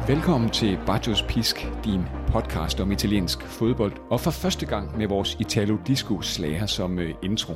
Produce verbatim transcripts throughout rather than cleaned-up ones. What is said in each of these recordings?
Velkommen til Baccios Pisk, din podcast om italiensk fodbold, og for første gang med vores Italo Disco slager som intro.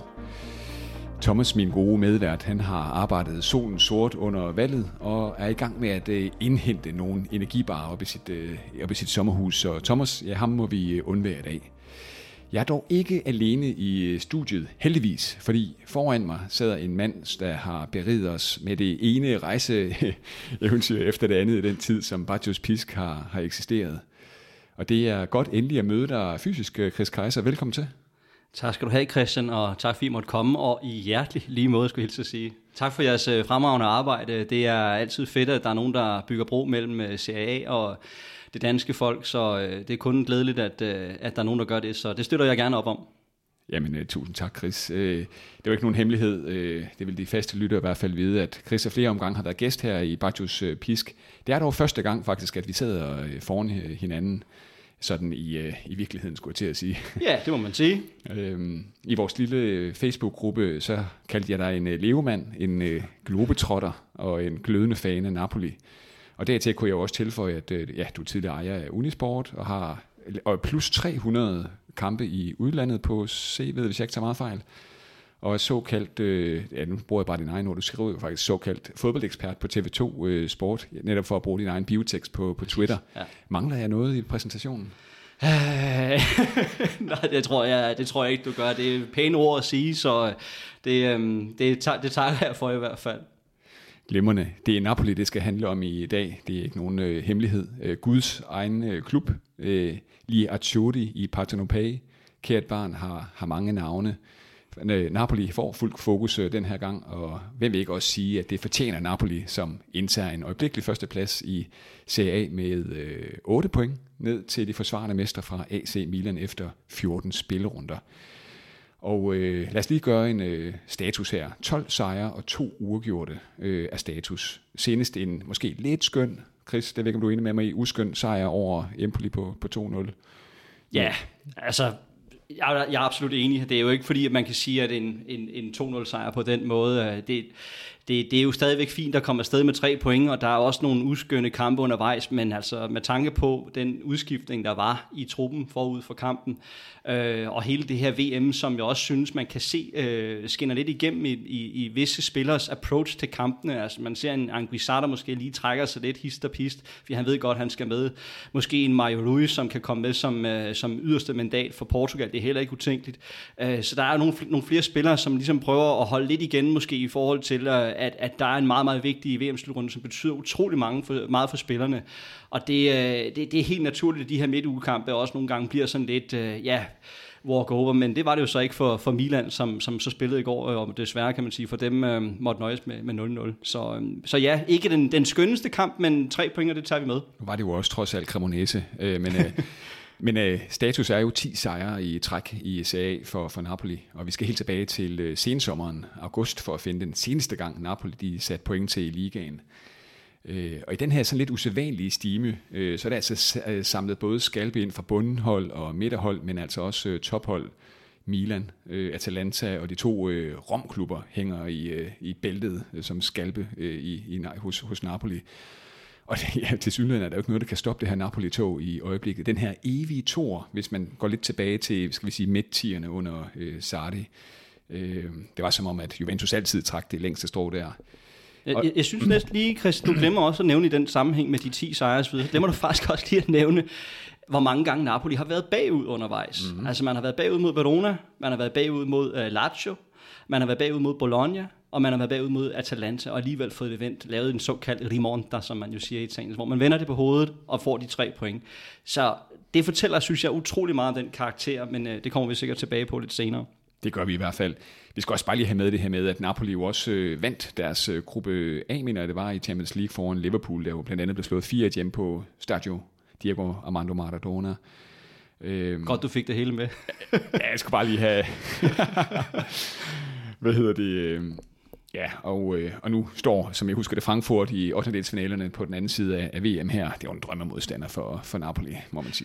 Thomas, min gode medvært, han har arbejdet solen sort under valget og er i gang med at indhente nogle energibarer op i sit, op i sit sommerhus. Så Thomas, ja, ham må vi undvære i dag. Jeg er dog ikke alene i studiet, heldigvis, fordi foran mig sidder en mand, der har beriget os med det ene rejseeventyr efter det andet i den tid, som Baccios Pisk har, har eksisteret. Og det er godt endelig at møde dig fysisk, Chris Kaiser. Velkommen til. Tak skal du have, Christian, og tak fordi I måtte komme, og i hjertelig lige måde, skulle jeg hilse at sige. Tak for jeres fremragende arbejde. Det er altid fedt, at der er nogen, der bygger bro mellem Serie A og det danske folk, så det er kun glædeligt, at, at der er nogen, der gør det, så det støtter jeg gerne op om. Jamen, uh, tusind tak, Chris. Uh, det er jo ikke nogen hemmelighed. Uh, det vil de faste lyttere i hvert fald vide, at Chris af flere omgange har været gæst her i Baccios uh, Pisk. Det er dog første gang faktisk, at vi sidder uh, foran hinanden, sådan i, uh, i virkeligheden, skulle jeg til at sige. Ja, det må man sige. uh, I vores lille Facebook-gruppe, så kaldte jeg dig en uh, levemand, en uh, globetrotter og en glødende fan af Napoli. Og dertil kunne jeg også tilføje, at ja, du er tidligere ejer af Unisport og har og plus tre hundrede kampe i udlandet på C V, hvis jeg ikke tager meget fejl. Og er såkaldt, øh, ja, nu bruger jeg bare din egen ord, du skriver jo faktisk såkaldt fodboldekspert på T V to øh, Sport, netop for at bruge din egen biotekst på, på Twitter. Ja. Mangler jeg noget i præsentationen? Nej, det tror, jeg, det tror jeg ikke, du gør. Det er pæne ord at sige, så det, øh, det, tager, det tager jeg for i hvert fald. Glimrende. Det er Napoli, det skal handle om i dag. Det er ikke nogen øh, hemmelighed. Øh, Guds egen øh, klub, øh, lige Azzurri i Partenopei. Kært barn har, har mange navne. Øh, Napoli får fuld fokus øh, den her gang, og hvem vil ikke også sige, at det fortjener Napoli, som indtager en øjeblikkelig førsteplads i Serie A med øh, otte point ned til de forsvarende mestre fra A C Milan efter fjorten spillerunder. Og øh, lad os lige gøre en øh, status her. tolv sejre og to uafgjorte øh, er status. Senest en måske lidt skøn, Chris, det ved ikke, om du er enig med mig i, uskøn sejr over Empoli på, på to nul. Ja, altså, jeg, jeg er absolut enig. Det er jo ikke fordi, at man kan sige, at en, en, en to nul sejr på den måde, det, det, det er jo stadigvæk fint at komme afsted med tre point, og der er også nogle uskønne kampe undervejs, men altså med tanke på den udskiftning, der var i truppen forud for kampen, øh, og hele det her V M, som jeg også synes, man kan se øh, skinner lidt igennem i, i, i visse spillers approach til kampene. Altså man ser en Anguissa, der måske lige trækker sig lidt hist og pist, fordi han ved godt, han skal med. Måske en Mario Luis, som kan komme med som, øh, som yderste mandat for Portugal. Det er heller ikke utænkeligt. Øh, så der er nogle, nogle flere spillere, som ligesom prøver at holde lidt igen, måske i forhold til, øh, at, at der er en meget, meget vigtig V M-slutrunde, som betyder utrolig mange for, meget for spillerne. Og det, øh, det, det er helt naturligt, at de her midtugekampe også nogle gange bliver sådan lidt, øh, ja, walk over, men det var det jo så ikke for, for Milan, som, som så spillede i går, og desværre kan man sige, for dem øh, måtte nøjes med, med nul nul. Så, øh, så ja, ikke den, den skønneste kamp, men tre point, det tager vi med. Nu var det jo også trods alt Cremonese, øh, men... Øh, Men øh, status er jo ti sejre i træk i Serie A for, for Napoli, og vi skal helt tilbage til øh, sensommeren, august, for at finde den seneste gang Napoli de satte point til i ligaen. Øh, og i den her sådan lidt usædvanlige stime, øh, så er der altså samlet både skalpe ind fra bundhold og midterhold, men altså også øh, tophold. Milan, øh, Atalanta og de to øh, Rom-klubber hænger i, øh, i bæltet øh, som skalpe øh, i, i, hos, hos Napoli. Og ja, til synligheden er der jo ikke noget, der kan stoppe det her Napoli-tog i øjeblikket. Den her evige tor, hvis man går lidt tilbage til, skal vi sige, midt-tierne under øh, Sarri. Øh, det var som om, at Juventus altid trak det længste strå der. Jeg, jeg, jeg synes næsten lige, Chris, du glemmer også at nævne i den sammenhæng med de ti sejre, så glemmer du faktisk også lige at nævne, hvor mange gange Napoli har været bagud undervejs. Mm-hmm. Altså man har været bagud mod Verona, man har været bagud mod uh, Lazio, man har været bagud mod Bologna, og man har været bagud mod Atalanta, og alligevel fået det vendt, lavet en såkaldt rimonta, som man jo siger i Italien, hvor man vender det på hovedet og får de tre point. Så det fortæller, synes jeg, utrolig meget om den karakter, men uh, det kommer vi sikkert tilbage på lidt senere. Det gør vi i hvert fald. Vi skal også bare lige have med det her med, at Napoli jo også øh, vandt deres øh, gruppe A, mener det var i Champions League foran Liverpool, der jo blandt andet blev slået fire et hjemme på Stadio Diego Armando Maradona. Øhm, Godt, du fik det hele med. Ja, jeg skal bare lige have... Hvad hedder det? Øh, ja, og, øh, og nu står, som jeg husker det, Frankfurt i ottendedelsfinalerne på den anden side af, af V M her. Det er jo en drømmemodstander for, for Napoli, må man sige.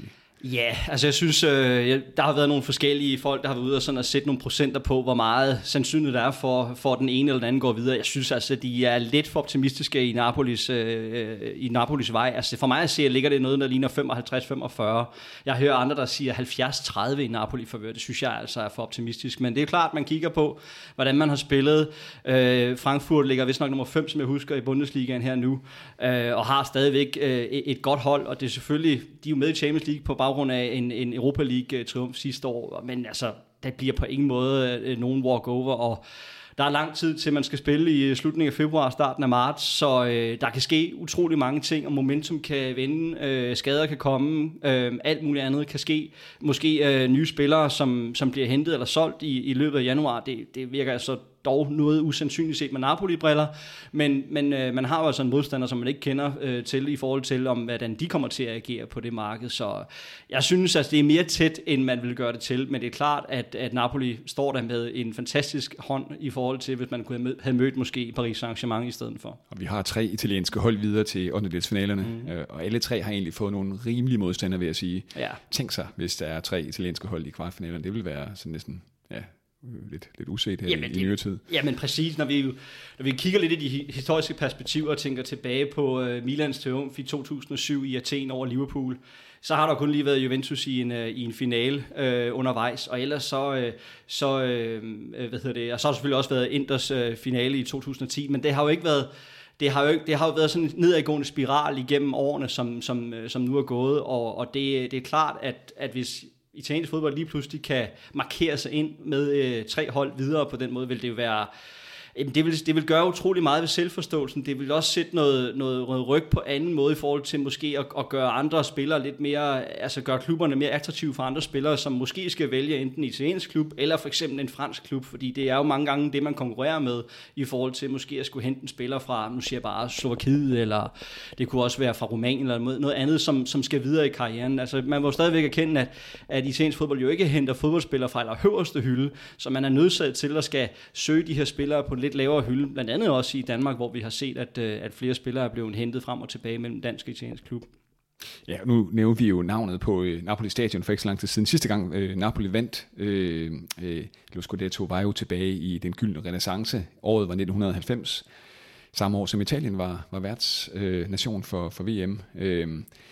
Ja, altså jeg synes, øh, der har været nogle forskellige folk, der har været ude og, sådan at sætte nogle procenter på, hvor meget sandsynligt der er for, for at den ene eller den anden går videre. Jeg synes altså, at de er lidt for optimistiske i Napolis, øh, i Napolis vej. Altså for mig at se, ligger det noget, der ligner femoghalvtreds femogfyrre. Jeg hører andre, der siger halvfjerds tredive i Napoli favør. Det synes jeg altså er for optimistisk. Men det er klart, man kigger på, hvordan man har spillet. Øh, Frankfurt ligger vist nok nummer fem, som jeg husker, i Bundesligaen her nu, øh, og har stadigvæk øh, et godt hold, og det er selvfølgelig, de er jo med i Champions League på baggrund af en, en Europa League-triumf sidste år, men altså, det bliver på ingen måde øh, nogen walkover, og der er lang tid til, man skal spille i slutningen af februar og starten af marts, så øh, der kan ske utrolig mange ting, og momentum kan vende, øh, skader kan komme, øh, alt muligt andet kan ske. Måske øh, nye spillere, som, som bliver hentet eller solgt i, i løbet af januar, det, det virker altså dog noget usandsynligt set med Napoli-briller, men, men øh, man har jo altså en modstander, som man ikke kender øh, til i forhold til, om hvordan de kommer til at agere på det marked, så jeg synes, at altså, det er mere tæt, end man vil gøre det til, men det er klart, at, at Napoli står der med en fantastisk hånd i forhold til, hvis man kunne have mødt måske Paris Saint-Germain i stedet for. Og vi har tre italienske hold videre til ottendedelsfinalerne, mm. og alle tre har egentlig fået nogle rimelige modstandere, vil jeg sige. Ja. Tænk sig, hvis der er tre italienske hold i kvartfinalerne, det vil være sådan næsten, ja, lidt, lidt uset her jamen, i, i nyere tid. Jamen præcis, når vi, når vi kigger lidt i de historiske perspektiver og tænker tilbage på uh, Milans triumf i to tusind og syv i Athen over Liverpool, så har der kun lige været Juventus i en, uh, i en finale uh, undervejs, og ellers så, uh, så, uh, hvad hedder det, og så har der selvfølgelig også været Inters uh, finale i to tusind og ti, men det har jo ikke været Det har, jo ikke, det har jo været sådan en nedadgående spiral igennem årene, som, som, som nu er gået, og, og det, det er klart, at, at hvis italiensk fodbold lige pludselig kan markere sig ind med øh, tre hold videre på den måde, vil det jo være... Det vil, det vil gøre utrolig meget ved selvforståelsen. Det vil også sætte noget, noget, noget ryg på anden måde i forhold til måske at, at gøre andre spillere lidt mere, altså gøre klubberne mere attraktive for andre spillere, som måske skal vælge enten en italiensk klub eller for eksempel en fransk klub, fordi det er jo mange gange det, man konkurrerer med i forhold til måske at skulle hente en spiller fra, nu siger jeg bare Slovakiet, eller det kunne også være fra Rumænien eller noget andet, som, som skal videre i karrieren. Altså man må stadigvæk erkende, at, at italiensk fodbold jo ikke henter fodboldspillere fra allerhøverste hylde, så man er nødsaget til at skal søge de her spillere på lidt lavere hylde, blandt andet også i Danmark, hvor vi har set, at, at flere spillere er blevet hentet frem og tilbage mellem dansk og italiensk klub. Ja, nu nævner vi jo navnet på øh, Napoli Stadion for ikke så lang tid siden. Sidste gang øh, Napoli vandt, øh, øh, Lo Scudetto var jo tilbage i den gyldne renæssance. Året var nitten halvfems, samme år som Italien var, var værtsnation øh, for, for V M. Øh,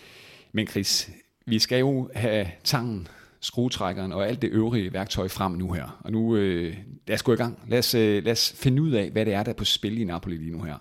men Chris, vi skal jo have tangen, skruetrækkeren og alt det øvrige værktøj frem nu her. Og nu, øh, lad os gå i gang. Lad os, øh, lad os finde ud af, hvad det er, der er på spil i Napoli lige nu her.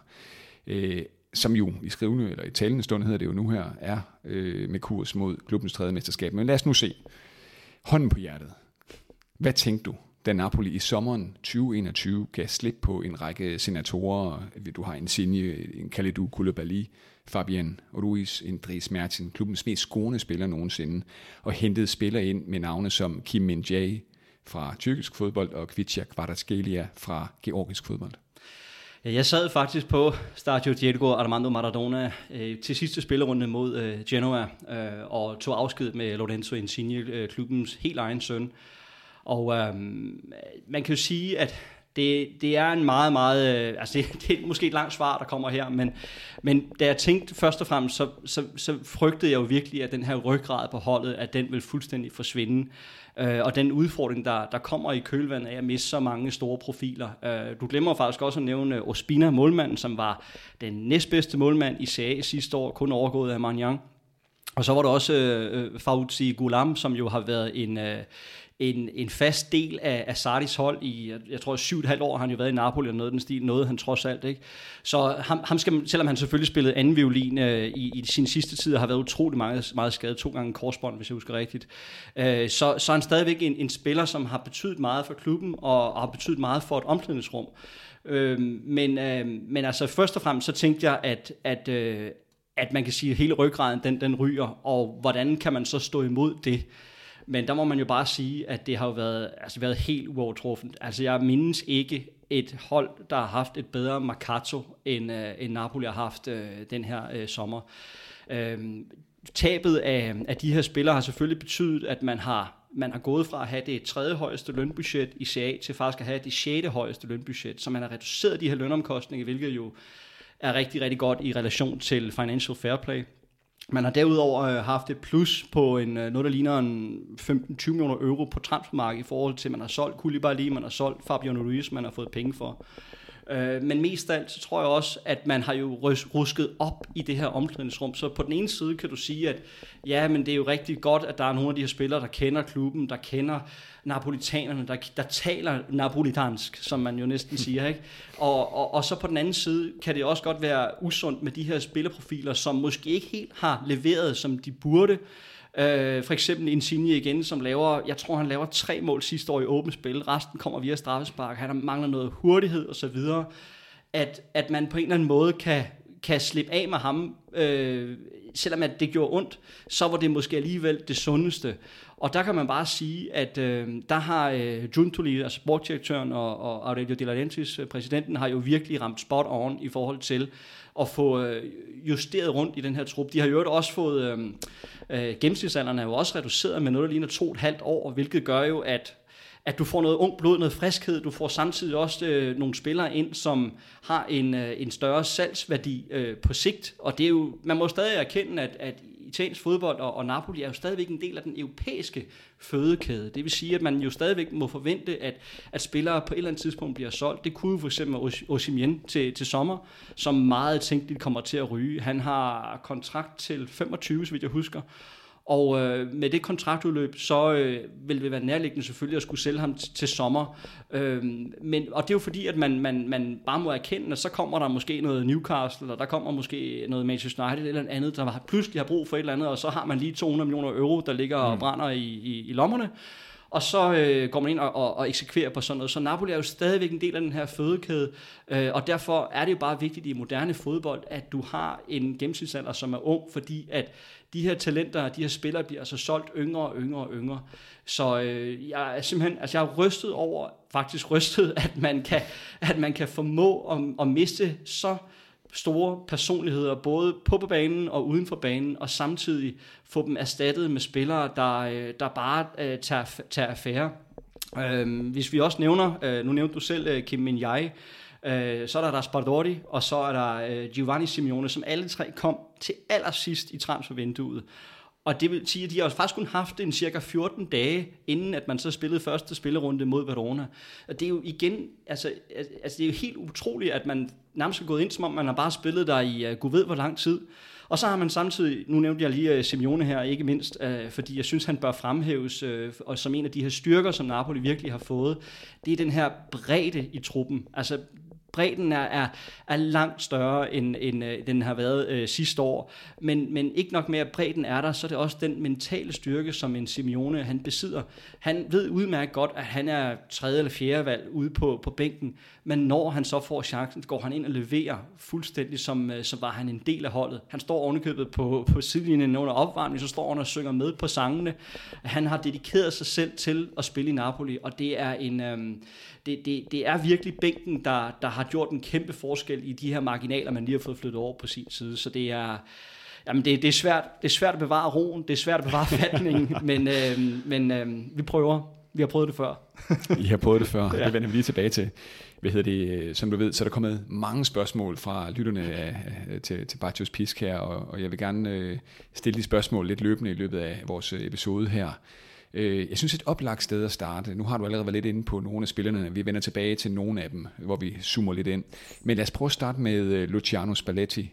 Øh, som jo i skrivende, eller i talende stund hedder det jo nu her, er øh, med kurs mod klubbens tredje mesterskab. Men lad os nu se. Hånden på hjertet. Hvad tænkte du, da Napoli i sommeren tyve enogtyve gav slip på en række senatorer? Du har Insigne, en Kalidou Koulibaly, Fabian Ruiz, en Dries Mertens, klubbens mest scorende spiller nogensinde, og hentede spillere ind med navne som Kim Min-jae fra tyrkisk fodbold og Kvicha Kvaratskhelia fra georgisk fodbold. Ja, jeg sad faktisk på Stadio Diego Armando Maradona øh, til sidste spillerunde mod øh, Genoa øh, og tog afsked med Lorenzo Insigne, øh, klubbens helt egen søn. Og øh, man kan jo sige, at Det, det er en meget, meget, øh, altså det, det er måske et langt svar, der kommer her, men, men da jeg tænkte først og fremmest, så, så, så frygtede jeg jo virkelig, at den her ryggrad på holdet, at den vil fuldstændig forsvinde. Øh, og den udfordring, der, der kommer i kølvandet af at miste så mange store profiler. Øh, du glemmer faktisk også at nævne Ospina, målmanden, som var den næstbedste målmand i Serie A sidste år, kun overgået af Maignan. Og så var der også øh, Fauzi Goulam, som jo har været en... Øh, En, en fast del af, af Sardis hold i, jeg, jeg tror, syv og et halvt år har han jo været i Napoli, og noget af den stil, noget han trods alt, ikke? Så ham, ham skal, selvom han selvfølgelig spillede anden violin øh, i, i sin sidste tid, og har været utrolig meget, meget skadet, to gange korsbånd, hvis jeg husker rigtigt, øh, så, så er han stadigvæk en, en spiller, som har betydet meget for klubben, og, og har betydet meget for et omklædningsrum. Øh, men, øh, men altså, først og fremmest, så tænkte jeg, at, at, øh, at man kan sige, at hele ryggraden, den, den ryger, og hvordan kan man så stå imod det? Men der må man jo bare sige, at det har jo været, altså været helt uovertruffent. Altså jeg mindes ikke et hold, der har haft et bedre mercato, end, øh, end Napoli har haft øh, den her øh, sommer. Øh, tabet af, af de her spillere har selvfølgelig betydet, at man har, man har gået fra at have det tredje højeste lønbudget i Serie A til faktisk at have det sjette højeste lønbudget. Så man har reduceret de her lønomkostninger, hvilket jo er rigtig, rigtig godt i relation til Financial Fair Play. Man har derudover øh, haft et plus på en, øh, noget, der ligner en femten til tyve millioner euro på transfermarkedet i forhold til, at man har solgt Koulibaly, man har solgt Fabiano Ruiz, man har fået penge for. Øh, men mest af alt, så tror jeg også, at man har jo rusket op i det her omklædningsrum. Så på den ene side kan du sige, at ja, men det er jo rigtig godt, at der er nogle af de her spillere, der kender klubben, der kender napolitanerne, der, der taler napolitansk, som man jo næsten siger, ikke? Og, og, og så på den anden side kan det også godt være usundt med de her spillerprofiler, som måske ikke helt har leveret, som de burde. Uh, for eksempel Insigne igen, som laver, jeg tror han laver tre mål sidste år i åbent spil, resten kommer via straffespark, han mangler noget hurtighed og så videre, at, at man på en eller anden måde kan, kan slippe af med ham, uh, selvom at det gjorde ondt, så var det måske alligevel det sundeste. Og der kan man bare sige, at øh, der har øh, Giuntoli, altså sportsdirektøren, og, og Aurelio De Laurentiis, præsidenten, har jo virkelig ramt spot on i forhold til at få øh, justeret rundt i den her trup. De har jo også fået, øh, øh, gennemsnitsalderen er jo også reduceret med noget, der ligner to og et halvt år, hvilket gør jo, at at du får noget ung blod, noget friskhed, du får samtidig også øh, nogle spillere ind, som har en, øh, en større salgsværdi øh, på sigt, og det er jo, man må stadig erkende, at, at italiensk fodbold og, og Napoli er jo stadigvæk en del af den europæiske fødekæde. Det vil sige, at man jo stadigvæk må forvente, at, at spillere på et eller andet tidspunkt bliver solgt. Det kunne jo for eksempel Osimhen til, til sommer, som meget tænkeligt kommer til at ryge. Han har kontrakt til femogtyve, så vidt jeg husker. Og øh, med det kontraktudløb, så øh, vil det være nærliggende selvfølgelig at skulle sælge ham t- til sommer. Øh, men, og det er jo fordi, at man, man, man bare må erkende, at så kommer der måske noget Newcastle, eller der kommer måske noget Manchester United eller andet, der pludselig har brug for et eller andet, og så har man lige to hundrede millioner euro, der ligger og brænder i, i, i lommerne. Og så øh, går man ind og, og, og eksekverer på sådan noget. Så Napoli er jo stadigvæk en del af den her fødekæde, øh, og derfor er det jo bare vigtigt i moderne fodbold, at du har en gennemsnitsalder, som er ung, fordi at de her talenter, de her spillere bliver altså solgt yngre og yngre og yngre. Så øh, jeg er simpelthen, altså jeg er rystet over, faktisk rystet, at man kan, at man kan formå at, at miste så store personligheder, både på banen og uden for banen, og samtidig få dem erstattet med spillere, der, der bare uh, tager, tager affære. Uh, hvis vi også nævner, uh, nu nævnte du selv uh, Kim Min-jae, uh, så er der Raspadori, og så er der uh, Giovanni Simeone, som alle tre kom til allersidst i transfervinduet. Og det vil sige, at de har faktisk kun haft en cirka fjorten dage, inden at man så spillede første spillerunde mod Verona. Og det er jo igen, altså, altså det er jo helt utroligt, at man nærmest er gået ind, som om man har bare spillet der i uh, gud ved hvor lang tid. Og så har man samtidig, nu nævnte jeg lige uh, Simeone her, ikke mindst, uh, fordi jeg synes, han bør fremhæves, uh, og som en af de her styrker, som Napoli virkelig har fået, det er den her bredde i truppen. Altså, bredden er, er, er langt større, end, end øh, den har været øh, sidste år. Men, men ikke nok med, at bredden er der, så er det også den mentale styrke, som en Simeone han besidder. Han ved udmærket godt, at han er tredje eller fjerde valg ude på, på bænken, men når han så får chancen, går han ind og leverer fuldstændig, som, øh, som var han en del af holdet. Han står ovenikøbet på, på sidelinjen under opvarmning, så står han og synger med på sangene. Han har dedikeret sig selv til at spille i Napoli, og det er en... Øh, Det, det, det er virkelig bænken, der, der har gjort en kæmpe forskel i de her marginaler, man lige har fået flyttet over på sin side. Så det er, jamen det, det er, svært, det er svært at bevare roen, det er svært at bevare fatningen, men, øh, men øh, vi prøver. Vi har prøvet det før. I har prøvet det før, ja. Det vender vi lige tilbage til. Hvad hedder det? Som du ved, så er der kommet mange spørgsmål fra lytterne af, til, til Baccios Pisk her, og, og jeg vil gerne øh, stille de spørgsmål lidt løbende i løbet af vores episode her. Jeg synes, et oplagt sted at starte. Nu har du allerede været lidt inde på nogle af spillerne. Vi vender tilbage til nogle af dem, hvor vi zoomer lidt ind. Men lad os prøve at starte med Luciano Spalletti.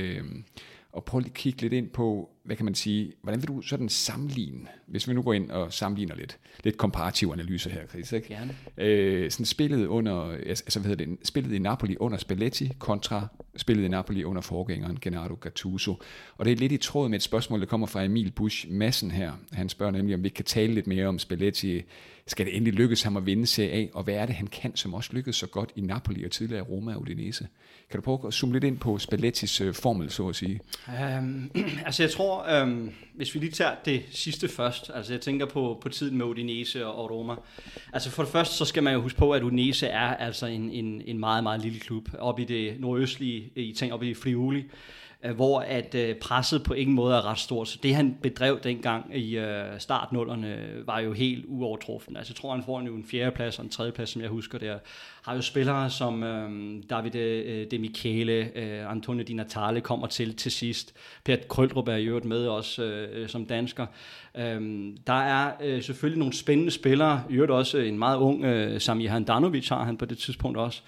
Og prøve at kigge lidt ind på, hvad kan man sige, hvordan vil du sådan sammenligne, hvis vi nu går ind og sammenligner lidt, lidt komparative analyser her, Chris, ikke? Gerne. Øh, sådan spillet under, altså hvad hedder det, spillet i Napoli under Spalletti kontra spillet i Napoli under forgængeren Gennaro Gattuso. Og det er lidt i tråd med et spørgsmål, der kommer fra Emil Busch Madsen her. Han spørger nemlig, om vi kan tale lidt mere om Spalletti. Skal det endelig lykkes ham at vinde Serie A, og hvad er det, han kan, som også lykkedes så godt i Napoli og tidligere i Roma og Udinese? Kan du prøve at zoome lidt ind på Spallettis øh, formel, så at sige? Um, altså jeg tror, um, hvis vi lige tager det sidste først, altså jeg tænker på, på tiden med Udinese og, og Roma. Altså for det første, så skal man jo huske på, at Udinese er altså en, en, en meget, meget lille klub, oppe i det nordøstlige Italien, oppe i Friuli. hvor at presset på ingen måde er ret stort. Så det han bedrev dengang i start nullerne var jo helt uovertruffen. Altså jeg tror han får en, en fjerdeplads og en tredjeplads, som jeg husker der. Har jo spillere som øh, David De Michele, øh, Antonio Di Natale kommer til til sidst. Per Krøldrup er i øvrigt med også øh, som dansker. Øhm, der er øh, selvfølgelig nogle spændende spillere. I øvrigt også en meget ung øh, Samir Handanovic har han på det tidspunkt også.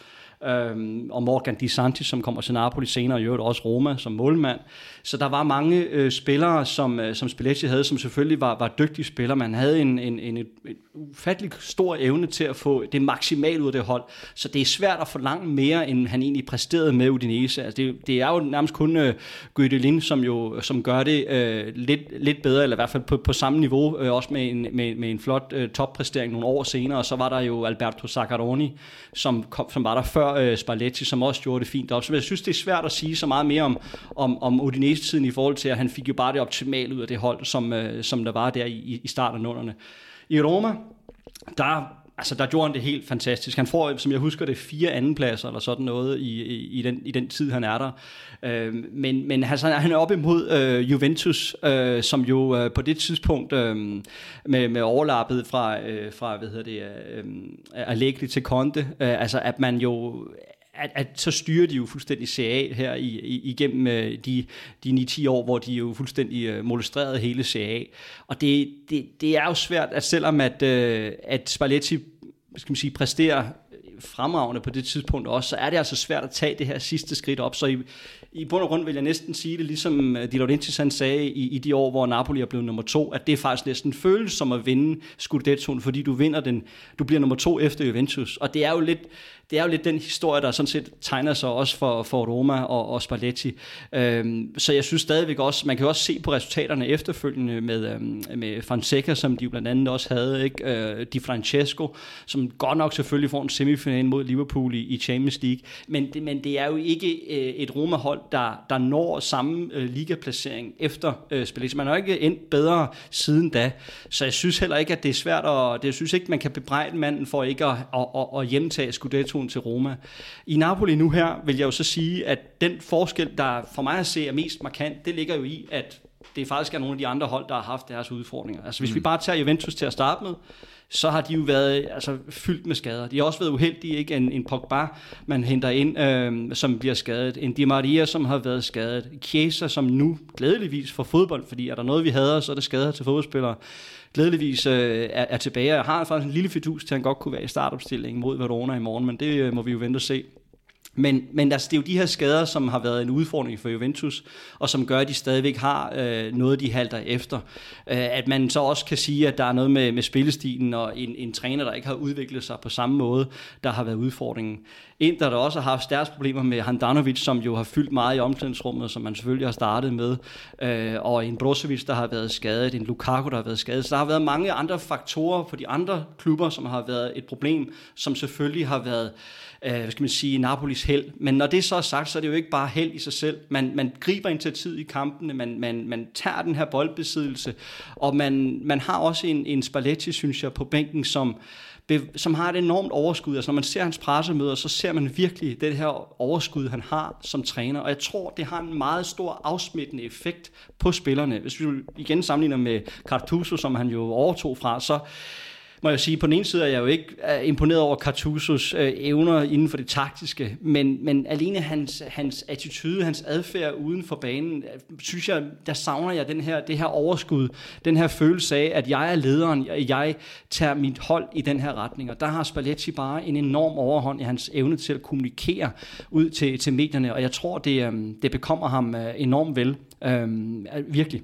Øhm, og Morgan Di Santi, som kommer til Napoli senere, i øvrigt også Roma som målmand. Så der var mange øh, spillere, som, øh, som Spalletti havde, som selvfølgelig var, var dygtige spillere. Man havde en, en, en, en ufattelig stor evne til at få det maksimalt ud af det hold. Så det er svært at forlange mere, end han egentlig præsterede med Udinese. Altså det, det er jo nærmest kun øh, Guedelin, som jo som gør det øh, lidt, lidt bedre, eller i hvert fald på, på samme niveau, øh, også med en, med, med en flot øh, toppræstering nogle år senere. Og så var der jo Alberto Zaccaroni, som, kom, som var der før Spalletti, som også gjorde det fint op. Så jeg synes, det er svært at sige så meget mere om, om, om Udinese-tiden i forhold til, at han fik jo bare det optimale ud af det hold, som, som der var der i, i starten af nullerne. I Roma, der, altså, der gjorde han det helt fantastisk. Han får, som jeg husker det, fire andenpladser eller sådan noget i, i, i, den, i den tid, han er der. Øh, men men altså, han er oppe imod øh, Juventus, øh, som jo øh, på det tidspunkt øh, med, med overlappet fra, øh, fra hvad hedder det, øh, Allegri til Conte, øh, altså at man jo At, at så styrer de jo fuldstændig C A her i, i, igennem øh, de, de ni til ti år, hvor de jo fuldstændig øh, molestrerede hele C A. Og det, det, det er jo svært, at selvom at, øh, at Spalletti skal man sige, præsterer fremragende på det tidspunkt også, så er det altså svært at tage det her sidste skridt op. Så i, i bund og grund vil jeg næsten sige det, ligesom Di Laurentiis han sagde i, i de år, hvor Napoli er blevet nummer to, at det faktisk næsten føles som at vinde Scudettoen, fordi du vinder den, du bliver nummer to efter Juventus. Og det er jo lidt Det er jo lidt den historie, der sådan set tegner sig også for, for Roma og, og Spalletti. Øhm, så jeg synes stadigvæk også, man kan også se på resultaterne efterfølgende med, øhm, med Fonseca, som de jo blandt andet også havde, ikke? Øh, Di Francesco, som godt nok selvfølgelig får en semifinal mod Liverpool i, i Champions League. Men det, men det er jo ikke øh, et Roma-hold, der, der når samme øh, ligaplacering efter øh, Spalletti. Man har jo ikke endt bedre siden da. Så jeg synes heller ikke, at det er svært, og det, jeg synes ikke, man kan bebrejde manden for ikke at, at, at, at hjemtage Scudetto til Roma. I Napoli nu her vil jeg jo så sige, at den forskel, der for mig at se er mest markant, det ligger jo i, at det faktisk er nogle af de andre hold, der har haft deres udfordringer. Altså hvis mm. vi bare tager Juventus til at starte med, så har de jo været altså, fyldt med skader. De har også været uheldige, ikke? En, en Pogba, man henter ind, øh, som bliver skadet. En Di Maria, som har været skadet. Chiesa, som nu glædeligvis får fodbold, fordi er der noget, vi hader, så er det skader til fodboldspillere. Glædeligvis øh, er, er tilbage. Jeg har faktisk en lille fidus til, at han godt kunne være i startopstillingen mod Verona i morgen, men det øh, må vi jo vente og se. Men, men altså, det er jo de her skader, som har været en udfordring for Juventus, og som gør, at de stadigvæk har øh, noget, de halter efter. Øh, at man så også kan sige, at der er noget med, med spillestilen, og en, en træner, der ikke har udviklet sig på samme måde, der har været udfordringen. En, der, der også har haft stærke problemer med Handanovic, som jo har fyldt meget i omklædningsrummet, som man selvfølgelig har startet med, øh, og en Brozovic, der har været skadet, en Lukaku, der har været skadet. Så der har været mange andre faktorer på de andre klubber, som har været et problem, som selvfølgelig har været øh, hvad skal man sige, Napolis held. Men når det så er sagt, så er det jo ikke bare held i sig selv. Man, man griber initiativ i kampene, man, man, man tager den her boldbesiddelse, og man, man har også en, en Spalletti, synes jeg, på bænken, som som har et enormt overskud. Altså når man ser hans pressemøder, så ser man virkelig det her overskud, han har som træner. Og jeg tror, det har en meget stor afsmittende effekt på spillerne. Hvis vi igen sammenligner med Gattuso, som han jo overtog fra, så må jeg sige, på den ene side er jeg jo ikke imponeret over Gattusos øh, evner inden for det taktiske, men, men alene hans, hans attitude, hans adfærd uden for banen, synes jeg, der savner jeg den her, det her overskud, den her følelse af, at jeg er lederen, jeg, jeg tager mit hold i den her retning, og der har Spalletti bare en enorm overhånd i hans evne til at kommunikere ud til, til medierne, og jeg tror, det, øh, det bekommer ham øh, enormt vel, øh, virkelig.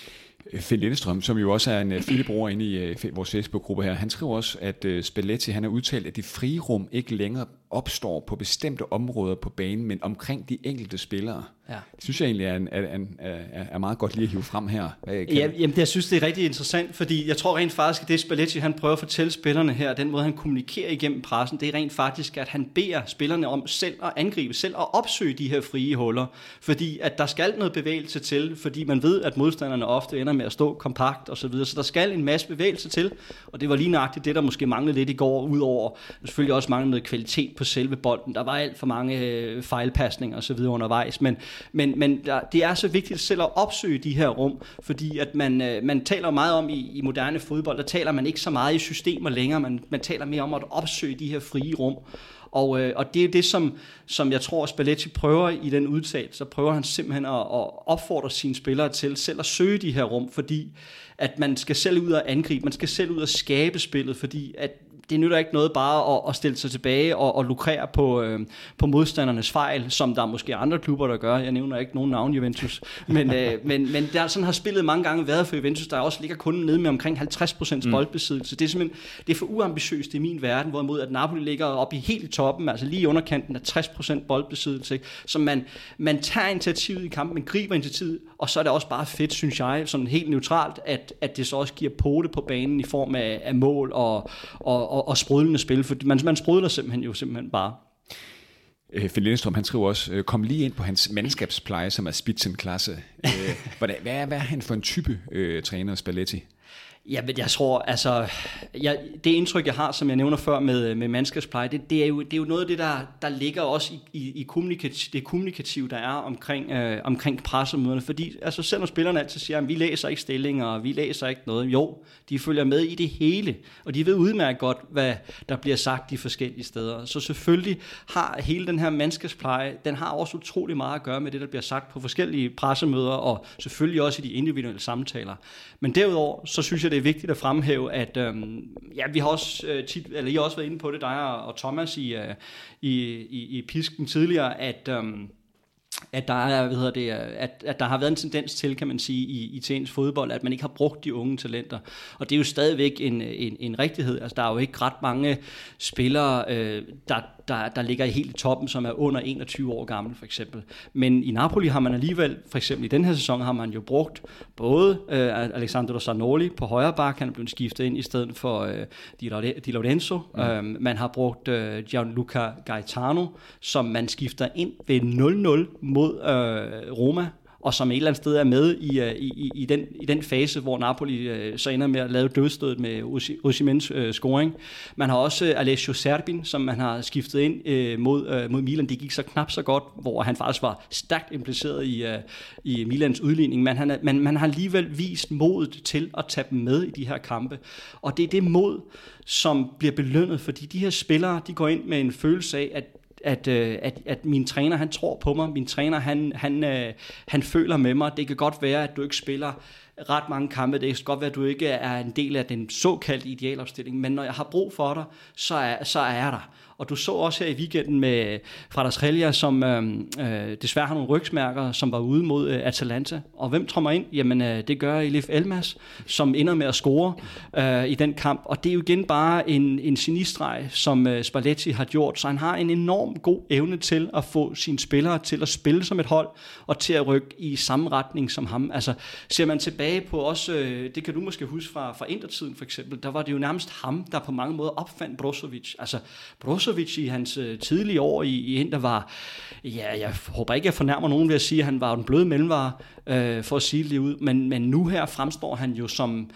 Finn Lillestrøm, som jo også er en filebruger inde i uh, vores Facebook-gruppe her, han skriver også, at uh, Spalletti han har udtalt, at det frie rum ikke længere opstår på bestemte områder på banen, men omkring de enkelte spillere. Ja. Det synes jeg egentlig er, en, er, en, er, er meget godt lige at hive frem her. Ja, jamen, jeg synes, det er rigtig interessant, fordi jeg tror rent faktisk, at det Spalletti han prøver at fortælle spillerne her, den måde han kommunikerer igennem pressen, det er rent faktisk, at han beder spillerne om selv at angribe, selv at opsøge de her frie huller, fordi at der skal noget bevægelse til, fordi man ved, at modstanderne ofte ender med at stå kompakt og så videre, så der skal en masse bevægelse til, og det var lige nøjagtigt det, der måske manglede lidt i går, udover selvfølgelig også manglede noget kvalitet på selve bolden. Der var alt for mange øh, fejlpasninger og så videre undervejs, men Men, men der, det er så vigtigt selv at opsøge de her rum, fordi at man, øh, man taler meget om i, i moderne fodbold, der taler man ikke så meget i systemer længere, man, man taler mere om at opsøge de her frie rum. Og, øh, og det er det, som, som jeg tror, Spalletti prøver i den udtalelse. Så prøver han simpelthen at, at opfordre sine spillere til selv at søge de her rum, fordi at man skal selv ud og angribe, man skal selv ud og skabe spillet, fordi at det nytter ikke noget bare at, at stille sig tilbage og, og lukrere på, øh, på modstandernes fejl, som der er måske andre klubber, der gør. Jeg nævner ikke nogen navn Juventus. Men, øh, men, men der sådan har spillet mange gange været for Juventus, der også ligger kun nede med omkring halvtreds procent boldbesiddelse. Det er simpelthen det er for uambitiøst i min verden, hvorimod at Napoli ligger oppe i helt i toppen, altså lige i underkanten af tres procent boldbesiddelse. Så man, man tager initiativet i kampen, man griber initiativet, og så er det også bare fedt, synes jeg, sådan helt neutralt, at, at det så også giver pote på banen i form af, af mål og, og Og, og sprudlende spil, for man, man sprudler simpelthen jo simpelthen bare. Finn Lindstrøm, han skriver også, kom lige ind på hans mandskabspleje, som er Spitzenklasse. hvad, er, hvad er han for en type øh, træner, Spalletti? Ja, men jeg tror, altså, jeg, det indtryk, jeg har, som jeg nævner før med, med mandskabspleje, det, det, er jo, det er jo noget af det, der, der ligger også i, i, i kommunikativ, det kommunikative, der er omkring, øh, omkring pressemøderne. Fordi altså, selvom spillerne altid siger, at vi læser ikke stillinger, og vi læser ikke noget, jo, de følger med i det hele, og de ved udmærket godt, hvad der bliver sagt de forskellige steder. Så selvfølgelig har hele den her mandskabspleje, den har også utrolig meget at gøre med det, der bliver sagt på forskellige pressemøder, og selvfølgelig også i de individuelle samtaler. Men derudover, så synes jeg, det er vigtigt at fremhæve, at øhm, ja, vi har også øh, tit, eller I har også været inde på det, dig og, og Thomas i, øh, i, i, i pisken tidligere, at øhm, at der er, hvad hedder det, at, at der har været en tendens til, kan man sige, i, i italiensk fodbold, at man ikke har brugt de unge talenter. Og det er jo stadigvæk en, en, en rigtighed. Altså, der er jo ikke ret mange spillere, øh, der, der, der ligger helt i toppen, som er under enogtyve år gammel, for eksempel. Men i Napoli har man alligevel, for eksempel i den her sæson, har man jo brugt både øh, Alessandro Zanoli på højre bak, han er blevet skiftet ind i stedet for øh, Di Lorenzo. Mm. Øh, man har brugt øh, Gianluca Gaetano, som man skifter ind ved nul nul mod øh, Roma, og som et eller andet sted er med i, i, i, den, i den fase, hvor Napoli øh, så ender med at lave dødstødet med Osimhens øh, scoring. Man har også øh, Alessio Serbin, som man har skiftet ind øh, mod, øh, mod Milan. Det gik så knap så godt, hvor han faktisk var stærkt impliceret i, øh, i Milans udligning, men han, man, man har alligevel vist modet til at tage dem med i de her kampe. Og det er det mod, som bliver belønnet, fordi de her spillere, de går ind med en følelse af, at At, at, at min træner, han tror på mig, min træner, han, han, han føler med mig. Det kan godt være, at du ikke spiller ret mange kampe, det kan godt være, at du ikke er en del af den såkaldte idealopstilling, men når jeg har brug for dig, så er, så er jeg der. Og du så også her i weekenden med Kvaratskhelia, som øh, desværre har nogle rygsmærker, som var ude mod øh, Atalanta. Og hvem trommer ind? Jamen, øh, det gør Elif Elmas, som ender med at score øh, i den kamp. Og det er jo igen bare en, en genistreg, som øh, Spalletti har gjort. Så han har en enorm god evne til at få sine spillere til at spille som et hold, og til at rykke i samme retning som ham. Altså, ser man tilbage på også, øh, det kan du måske huske fra, fra Inter-tiden for eksempel, der var det jo nærmest ham, der på mange måder opfandt Brozovic. Altså, Brozovic i hans øh, tidlige år i, i Inter var, ja, jeg håber ikke, jeg fornærmer nogen ved at sige, at han var en blød mellemvare, øh, for at sige det lige ud, men, men nu her fremstår han jo som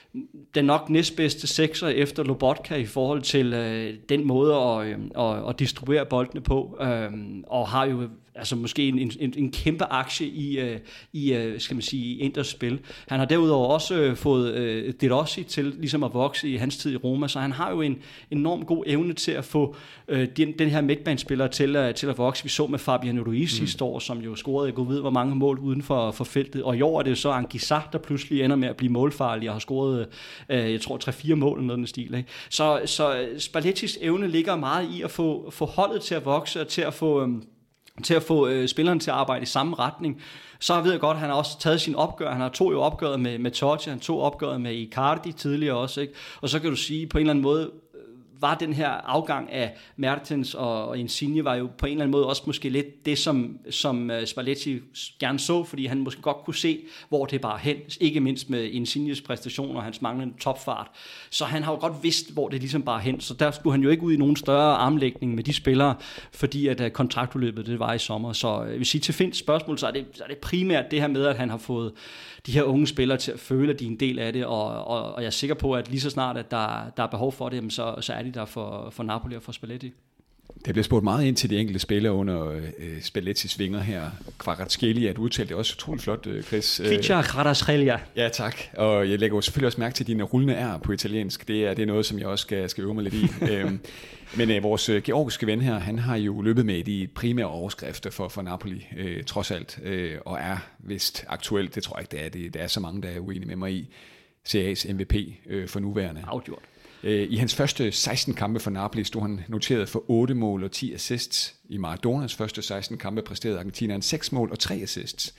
den nok næstbedste sekser efter Lobotka i forhold til øh, den måde at, øh, at, at distribuere boldene på, øh, og har jo altså måske en, en, en kæmpe aktie i, øh, i øh, skal man sige, Inters spil. Han har derudover også øh, fået øh, De Rossi til ligesom at vokse i hans tid i Roma, så han har jo en enorm god evne til at få øh, den, den her midtbanespiller til, øh, til at vokse. Vi så med Fabian Ruiz mm. sidste år, som jo scorede, jeg ved, hvor mange mål uden for, for feltet, og i år er det jo så Anguissa, der pludselig ender med at blive målfarlig og har scoret, øh, jeg tror, tre fire mål eller noget den stil. Ikke? Så, så Spallettis evne ligger meget i at få, få holdet til at vokse og til at få... Øh, til at få øh, spillerne til at arbejde i samme retning. Så ved jeg godt, at han har også taget sin opgør. Han har tog jo opgøret med, med Totti, han tog opgøret med Icardi tidligere også. Ikke? Og så kan du sige, på en eller anden måde, var den her afgang af Mertens og, og Insigne var jo på en eller anden måde også måske lidt det, som, som Spalletti gerne så, fordi han måske godt kunne se, hvor det bare hen, ikke mindst med Insignes præstationer og hans manglende topfart. Så han har jo godt vidst, hvor det ligesom bare hen, så der skulle han jo ikke ud i nogen større armlægning med de spillere, fordi at kontraktudløbet det var i sommer. Så jeg vil sige til Finns spørgsmål, så er det, så er det primært det her med, at han har fået de her unge spillere til at føle, at de er en del af det, og, og, og jeg er sikker på, at lige så snart, at der, der er behov for det, så, så er de der for, for Napoli og for Spalletti. Det bliver spurgt meget ind til de enkelte spillere under øh, Spallettis vinger her. Kvaratskhelia, du udtalte det også utroligt flot, Chris. Kvicha Kvaratskhelia. Ja, tak. Og jeg lægger jo selvfølgelig også mærke til dine rullende R på italiensk. Det er, det er noget, som jeg også skal, skal øve mig lidt i. øhm, men øh, vores øh, georgiske ven her, han har jo løbet med de primære overskrifter for, for Napoli, øh, trods alt, øh, og er vist aktuelt, det tror jeg ikke, det er. Det, der er så mange, der er uenige med mig i. C A's M V P øh, for nuværende. Afgjort. I hans første seksten kampe for Napoli stod han noteret for otte mål og ti assists. I Maradonas første seksten kampe præsterede Argentineren seks mål og tre assists.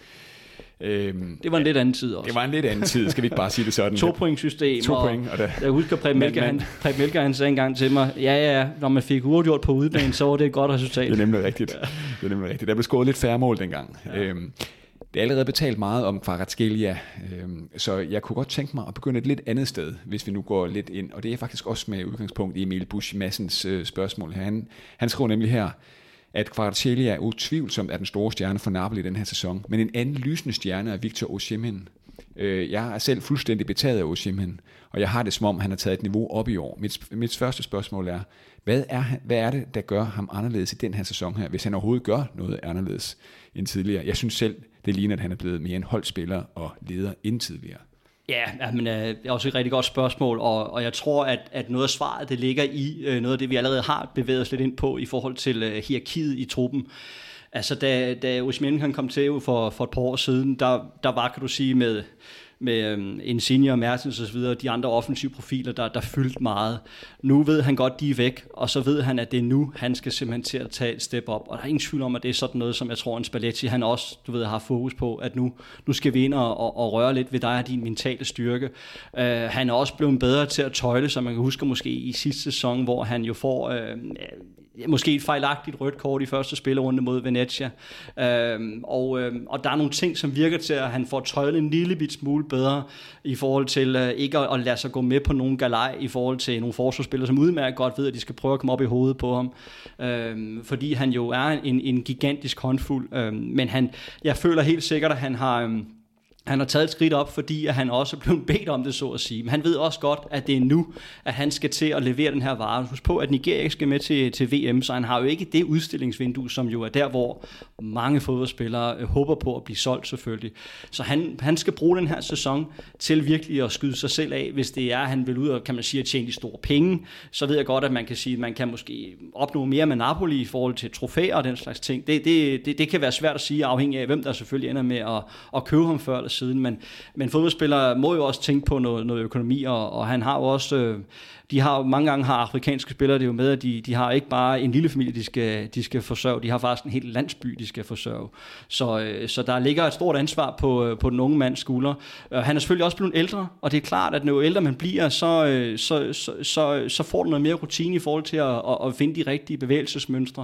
Øhm, det var en lidt anden tid også. Det var en lidt anden tid, skal vi ikke bare sige det sådan. to pointsystem. To point. Og der, jeg husker, Preben Melker, han, han sagde engang til mig, ja ja, når man fik uafgjort på udebane, så var det et godt resultat. Det er nemlig rigtigt. Ja. Det er nemlig rigtigt. Der blev scoret lidt færre mål dengang. Ja. Øhm, Det er allerede betalt meget om Kvaratskhelia, så jeg kunne godt tænke mig at begynde et lidt andet sted, hvis vi nu går lidt ind. Og det er faktisk også med udgangspunkt i Emil Busch Madsens spørgsmål her. Han, han skriver nemlig her, at Kvaratskhelia utvivlsomt er den store stjerne for Napoli i den her sæson, men en anden lysende stjerne er Victor Osimhen. Jeg er selv fuldstændig betaget af Osimhen, og jeg har det som om, han har taget et niveau op i år. Mit, mit første spørgsmål er, hvad er, hvad er det, der gør ham anderledes i den her sæson her, hvis han overhovedet gør noget anderledes end tidligere? Jeg synes selv, det ligner, at han er blevet mere en holdspiller og leder end tidligere. Ja, men det er også et rigtig godt spørgsmål, og, og jeg tror, at, at noget af svaret, det ligger i øh, noget af det, vi allerede har bevæget os lidt ind på i forhold til øh, hierarkiet i truppen. Altså, da, da Osimhen kom til for, for et par år siden, der, der var, kan du sige, med... med um, Insigne og Mertens og så videre, de andre offensive profiler, der, der fyldte meget. Nu ved han godt, de er væk, og så ved han, at det er nu, han skal simpelthen til at tage et step op. Og der er ingen tvivl om, at det er sådan noget, som jeg tror, en Spalletti, han også, du ved, har fokus på, at nu, nu skal vi ind og, og, og røre lidt ved dig og din mentale styrke. Uh, han er også blevet bedre til at tøjle, som man kan huske måske i sidste sæson, hvor han jo får... Uh, måske et fejlagtigt rødt kort i første spillerunde mod Venezia. Øhm, og, øhm, og der er nogle ting, som virker til, at han får tøjlet en lille bit smule bedre i forhold til øh, ikke at, at lade sig gå med på nogle galej i forhold til nogle forsvarsspillere, som udmærket godt ved, at de skal prøve at komme op i hovedet på ham. Øhm, fordi han jo er en, en gigantisk håndfuld. Øhm, men han, jeg føler helt sikkert, at han har... Øhm, Han har taget et skridt op, fordi han også er blevet bedt om det, så at sige. Men han ved også godt, at det er nu, at han skal til at levere den her vare. Husk på, at Nigeria ikke skal med til, til V M, så han har jo ikke det udstillingsvindue, som jo er der, hvor mange fodboldspillere håber på at blive solgt selvfølgelig. Så han, han skal bruge den her sæson til virkelig at skyde sig selv af, hvis det er, at han vil ud og, kan man sige, at tjene de store penge. Så ved jeg godt, at man kan sige, at man kan måske opnå mere med Napoli i forhold til trofæer og den slags ting. Det, det, det, det kan være svært at sige, afhængig af, hvem der selvfølgelig ender med at, at købe ham før siden, men, men fodboldspillere må jo også tænke på noget, noget økonomi, og, og han har jo også, øh, de har mange gange har afrikanske spillere det er jo med, at de, de har ikke bare en lille familie, de skal, de skal forsørge, de har faktisk en hel landsby, de skal forsørge. Så, øh, så der ligger et stort ansvar på, på den unge mands skuldre. Øh, han er selvfølgelig også blevet ældre, og det er klart, at når ældre man bliver, så, øh, så, så, så, så får du noget mere rutine i forhold til at, at, at finde de rigtige bevægelsesmønstre.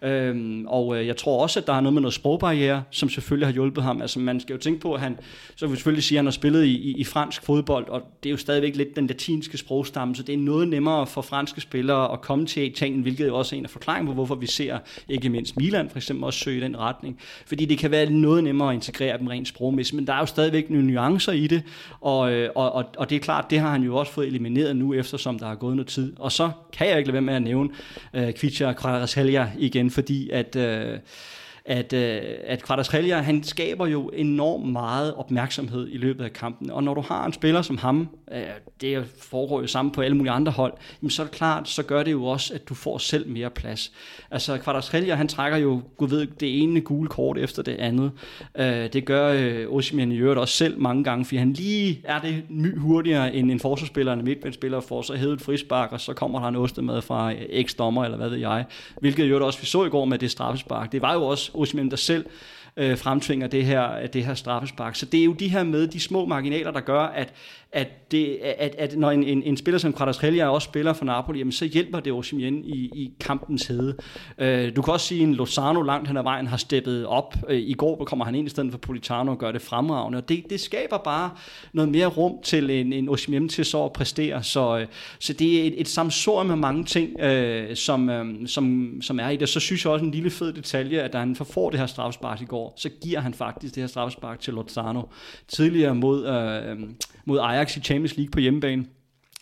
Øh, og øh, jeg tror også, at der er noget med noget sprogbarriere, som selvfølgelig har hjulpet ham. Altså man skal jo tænke på, at han, så vil vi selvfølgelig sige, at han har spillet i, i, i fransk fodbold, og det er jo stadigvæk lidt den latinske sprogstamme, så det er noget nemmere for franske spillere at komme til Italien, hvilket er også en af forklaringen på, hvorfor vi ser ikke mindst Milan for eksempel også søge i den retning. Fordi det kan være noget nemmere at integrere dem rent sprogmæssigt, men der er jo stadigvæk nogle nuancer i det, og, og, og, og det er klart, det har han jo også fået elimineret nu, eftersom der er gået noget tid. Og så kan jeg ikke lade være med at nævne uh, Kvicha Kvaratskhelia igen, fordi at... Uh, at, øh, at Kvaratskhelia, han skaber jo enormt meget opmærksomhed i løbet af kampen, og når du har en spiller som ham, øh, det foregår jo sammen på alle mulige andre hold, jamen så er det klart, så gør det jo også, at du får selv mere plads. Altså Kvaratskhelia, han trækker jo, gud ved, det ene gule kort efter det andet. Øh, det gør øh, Osimhen i øvrigt også selv mange gange, fordi han lige er det my hurtigere end en forsvarsspiller, en midtbanespiller får så hævet et frispark, og så kommer der en ostemad fra eks-dommer, eller hvad ved jeg. Hvilket i øvrigt også vi så i går med det straffespark. Det var jo også Osimhen der selv øh, fremtvinger det her, det her straffespark. Så det er jo de her med de små marginaler, der gør, at, at, det, at, at når en, en, en spiller som Kvaratskhelia også spiller for Napoli, jamen, så hjælper det Osimhen i, i kampens hede. Øh, du kan også sige, at en Lozano langt hen ad vejen har steppet op. Øh, I går kommer han ind i stedet for Politano og gør det fremragende. Og det, det skaber bare noget mere rum til en, en Osimhen til så at præstere. Så, øh, så det er et, et samsur med mange ting, øh, som, øh, som, som er i det. Så synes jeg også en lille fed detalje, at da han får det her straffespark i går, så giver han faktisk det her straffespark til Lozano. Tidligere mod, øh, mod Ajax i Champions League på hjemmebane.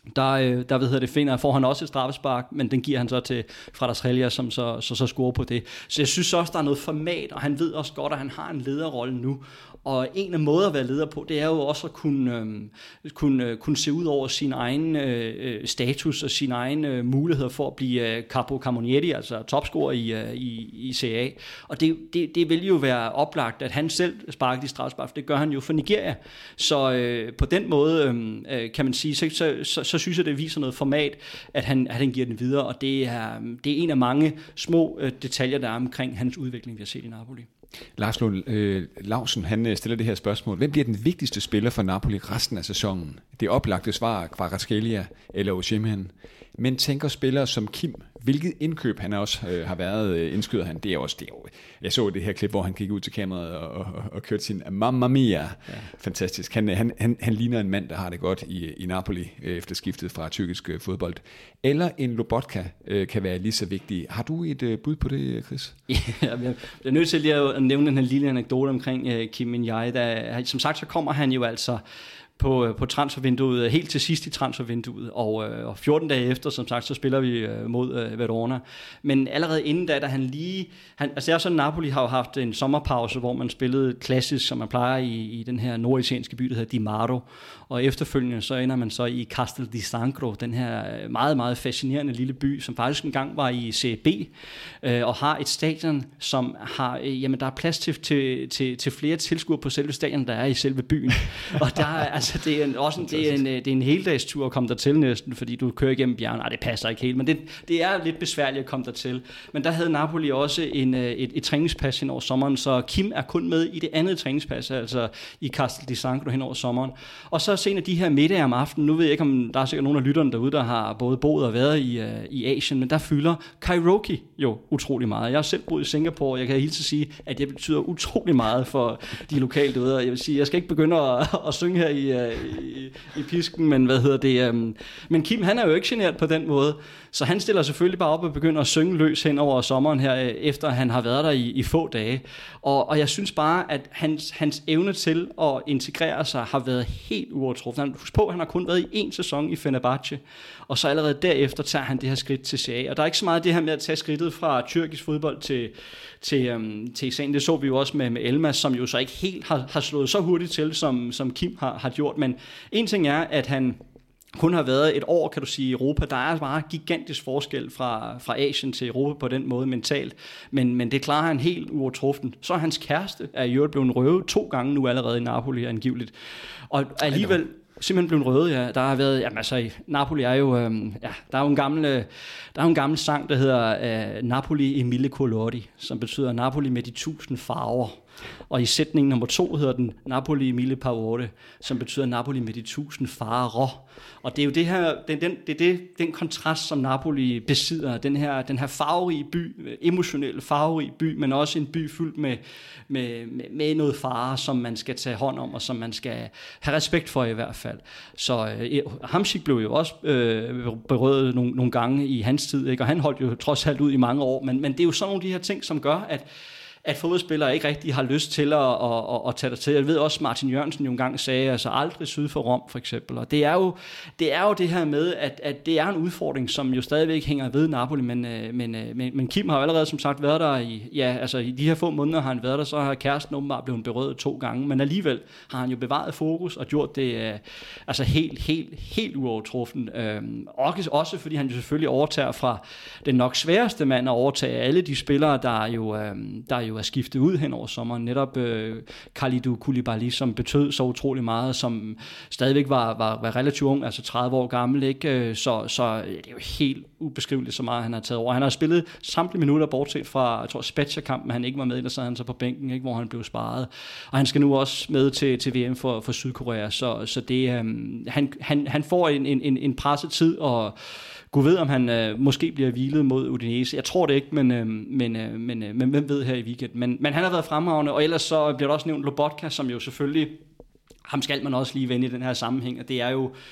Der, der ved det, finder, får han også et straffespark, men den giver han så til Kvaratskhelia, som så, så, så scorer på det. Så jeg synes også, der er noget format, og han ved også godt, at han har en lederrolle nu. Og en af måder at være leder på, det er jo også at kunne, øh, kunne, kunne se ud over sin egen øh, status og sin egen øh, muligheder for at blive øh, capo camonieri, altså topscorer i, øh, i, i C A. Og det, det, det vil jo være oplagt, at han selv sparker de straffespark, det gør han jo for Nigeria. Så øh, på den måde øh, kan man sige, så, så, så, så synes jeg, det viser noget format, at han, at han giver den videre, og det er, det er en af mange små øh, detaljer, der er omkring hans udvikling, vi har set i Napoli. Lars Lund øh, Lausen, han stiller det her spørgsmål. Hvem bliver den vigtigste spiller for Napoli resten af sæsonen? Det oplagte svar er Kvaratskhelia eller Osimhen. Men tænker spillere som Kim, hvilket indkøb han også øh, har været, øh, indskyder han, det er også det. Jeg så det her klip, hvor han gik ud til kameraet og, og, og kørte sin mamma mia. Ja. Fantastisk. Han, han, han, han ligner en mand, der har det godt i, i Napoli øh, efter skiftet fra tyrkisk øh, fodbold. Eller en Lobotka øh, kan være lige så vigtig. Har du et øh, bud på det, Chris? Ja, jeg er nødt til lige at nævne den her lille anekdote omkring øh, Kim Min-jae. Der, som sagt, så kommer han jo altså på, på transfervinduet, helt til sidst i transfervinduet, og, og fjorten dage efter, som sagt, så spiller vi mod uh, Verona. Men allerede inden da, da han lige... Han, altså det er sådan, Napoli har jo haft en sommerpause, hvor man spillede klassisk, som man plejer i, i den her norditalienske by, der hedder Di Maro, og efterfølgende så ender man så i Castel di Sangro, den her meget, meget fascinerende lille by, som faktisk engang var i C B, øh, og har et stadion, som har... Øh, jamen, der er plads til, til, til, til flere tilskuere på selve stadion, der er i selve byen. Og der er altså, det er en, også en, det er en, det er en heldagstur at komme dertil næsten, fordi du kører igennem bjergene. Nej, det passer ikke helt, men det, det er lidt besværligt at komme dertil. Men der havde Napoli også en, et, et træningspas hen over sommeren, så Kim er kun med i det andet træningspas, altså i Castel di Sangro hen over sommeren. Og så sen af de her middage om aftenen, nu ved jeg ikke, om der er sikkert nogle af lytterne derude, der har både boet og været i, uh, i Asien, men der fylder karaoke jo utrolig meget. Jeg har selv boet i Singapore, og jeg kan hilse at sige, at det betyder utrolig meget for de lokale derude. Jeg vil sige, jeg skal ikke begynde at, at synge her i, i, i pisken, men hvad hedder det? Um, men Kim, han er jo ikke genert på den måde, så han stiller selvfølgelig bare op og begynder at synge løs hen over sommeren her, efter han har været der i, i få dage. Og, og jeg synes bare, at hans, hans evne til at integrere sig har været helt uovertruffen. Husk på, han har kun været i én sæson i Fenerbahce, og så allerede derefter tager han det her skridt til C A. Og der er ikke så meget det her med at tage skridtet fra tyrkisk fodbold til, til, um, til C A. Det så vi jo også med, med Elmas, som jo så ikke helt har, har slået så hurtigt til, som, som Kim har, har gjort. Men en ting er, at han kun har været et år, kan du sige, i Europa. Der er bare gigantisk forskel fra, fra Asien til Europa på den måde mentalt, men, men det klarer han helt uovertruffen. Så er hans kæreste er i øvrigt blevet røvet to gange nu allerede i Napoli, angiveligt. Og alligevel simpelthen blevet røvet, ja. Der har været, jamen altså, Napoli er jo, øhm, ja, der er jo en gammel, der er jo en gammel sang, der hedder øh, Napoli i mille colori, som betyder Napoli med de tusind farver. Og i sætning nummer to hedder den Napoli mille paure, som betyder Napoli med de tusind farer. Og det er jo det her, den, den, det er det, den kontrast, som Napoli besidder, den her, den her farverige by, emotionelle farverige by, men også en by fyldt med, med, med, med noget fare, som man skal tage hånd om, og som man skal have respekt for i hvert fald. Så øh, Hamsik blev jo også øh, berøvet nogle, nogle gange i hans tid, ikke? Og han holdt jo trods alt ud i mange år, men, men det er jo sådan nogle af de her ting, som gør, at at fodboldspillere ikke rigtig har lyst til at, at, at, at tage det til. Jeg ved også, Martin Jørgensen jo engang sagde, altså aldrig syd for Rom, for eksempel. Og det er jo det, er jo det her med, at, at det er en udfordring, som jo stadigvæk hænger ved Napoli, men, men, men, men Kim har jo allerede som sagt været der i, ja, altså i de her få måneder har han været der, så har kæresten åbenbart blevet berøvet to gange, men alligevel har han jo bevaret fokus og gjort det altså helt, helt, helt uovertruffen. Også, også fordi han jo selvfølgelig overtager fra den nok sværeste mand at overtage alle de spillere, der jo, der jo er skiftet ud hen over sommeren. Netop øh, Kalidou Koulibaly, som betød så utrolig meget, som stadigvæk var, var, var relativt ung, altså tredive år gammel, ikke? Så, så det er jo helt ubeskriveligt, så meget han har taget over. Han har spillet samtlige minutter, bortset fra, jeg tror, Spezia-kampen, han ikke var med, der sad han så på bænken, ikke? Hvor han blev sparet. Og han skal nu også med til, til V M for, for Sydkorea, så, så det, øh, han, han, han får en, en, en presset tid, og Gud ved, om han øh, måske bliver hvilet mod Udinese. Jeg tror det ikke, men, øh, men, øh, men, øh, men hvem ved her i weekenden. Men, men han har været fremragende, og ellers så bliver der også nævnt Lobotka, som jo selvfølgelig, ham skal man også lige vende i den her sammenhæng, og det er jo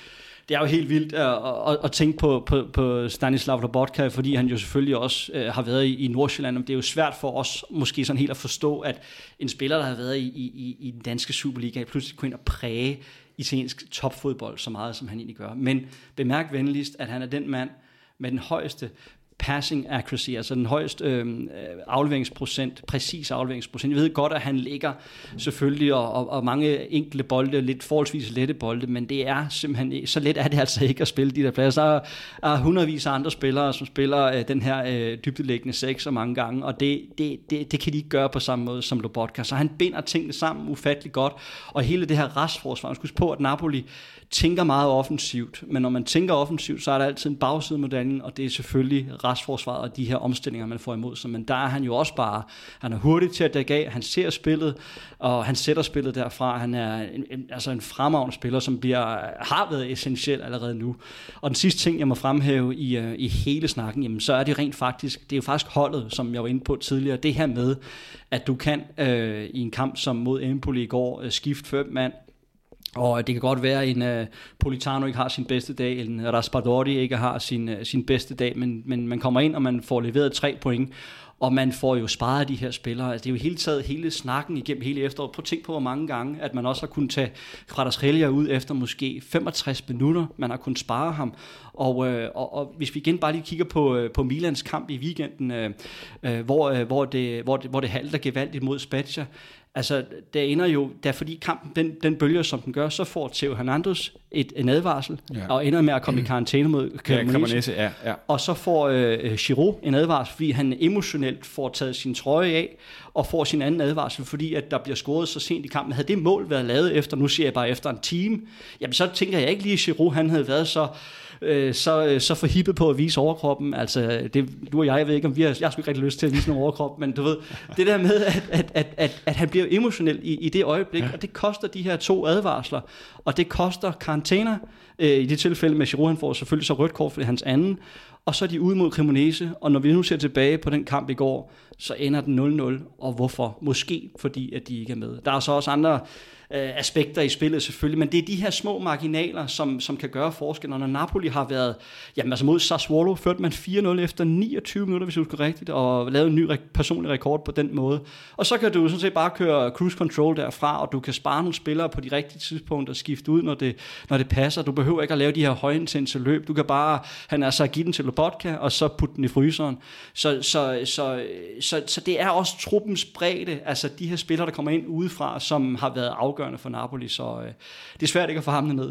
det er jo helt vildt at, at, at tænke på, på, på Stanislav Lobotka, fordi han jo selvfølgelig også øh, har været i, i Nordsjælland. Det er jo svært for os måske sådan helt at forstå, at en spiller, der har været i, i, i den danske Superliga, pludselig kunne ind og præge italiensk topfodbold så meget, som han egentlig gør. Men bemærk venligst, at han er den mand med den højeste passing accuracy, altså den højeste øh, afleveringsprocent, præcis afleveringsprocent. Jeg ved godt, at han ligger selvfølgelig, og, og, og mange enkelte bolde, lidt forholdsvis lette bolde, men det er simpelthen, så let er det altså ikke at spille de der pladser. Der er hundredvis af andre spillere, som spiller øh, den her øh, dybdelæggende sekser mange gange, og det, det, det, det kan de ikke gøre på samme måde som Lobotka. Så han binder tingene sammen ufattelig godt, og hele det her restforsvar, man skal huske på, at Napoli tænker meget offensivt, men når man tænker offensivt, så er der altid en bagside af medaljen, og det er selvfølgelig restforsvaret og de her omstillinger, man får imod sig. Men der er han jo også bare, han er hurtig til at dække af, han ser spillet, og han sætter spillet derfra. Han er en, en, altså en fremragende spiller, som bliver, har været essentiel allerede nu. Og den sidste ting, jeg må fremhæve i, uh, i hele snakken, jamen, så er det rent faktisk, det er jo faktisk holdet, som jeg var inde på tidligere, det her med, at du kan øh, i en kamp som mod Empoli i går, øh, skifte fem mand. Og det kan godt være, at en uh, Politano ikke har sin bedste dag, eller en Raspadori ikke har sin, uh, sin bedste dag, men, men man kommer ind, og man får leveret tre point, og man får jo sparet de her spillere. Altså, det er jo hele taget hele snakken igennem hele efteråret. Prøv at tænke på, hvor mange gange, at man også har kunnet tage Kvaratskhelia ud efter måske femogtres minutter. Man har kunnet spare ham. Og, øh, og, og hvis vi igen bare lige kigger på, øh, på Milans kamp i weekenden, øh, øh, hvor, øh, hvor, det, hvor, det, hvor det halter gevaldigt mod Spezia, altså, der ender jo, der fordi kampen, den, den bølger, som den gør, så får Theo Hernandez et, en advarsel, ja. og ender med at komme i karantæne mod Cremonese. Ja, ja. Og så får øh, Giroud en advarsel, fordi han emotionelt får taget sin trøje af, og får sin anden advarsel, fordi at der bliver scoret så sent i kampen. Havde det mål været lavet efter, nu siger jeg bare efter en time, jamen så tænker jeg ikke lige, at Giroud, han havde været så øh, så, så forhippet på at vise overkroppen. Altså, det, du og jeg, jeg ved ikke, om vi har, jeg har sgu ikke rigtig lyst til at vise nogen overkrop, men du ved, det der med, at, at, at, at, at han bliver emotionel i, i det øjeblik, ja. Og det koster de her to advarsler, og det koster karantæner, øh, i det tilfælde med Giroud, han får selvfølgelig så rødt kort for hans anden, og så er de ude mod Cremonese, og når vi nu ser tilbage på den kamp i går, så ender den nul nul, og hvorfor? Måske fordi, at de ikke er med. Der er så også andre øh, aspekter i spillet selvfølgelig, men det er de her små marginaler, som, som kan gøre forskel. Og når Napoli har været, jamen altså mod Sassuolo, førte man fire nul efter niogtyve minutter, hvis jeg husker rigtigt, og lavet en ny re- personlig rekord på den måde. Og så kan du sådan set bare køre cruise control derfra, og du kan spare nogle spillere på de rigtige tidspunkter og skifte ud, når det, når det passer. Du behøver ikke at lave de her højintense løb. Du kan bare, han er så give den til Lobotka, og så putte den i fryseren. Så, så, så, så, så det er også truppens bredde, altså de her spillere, der kommer ind udefra, som har været afgørende for Napoli, så øh, det er svært ikke at få ham ned.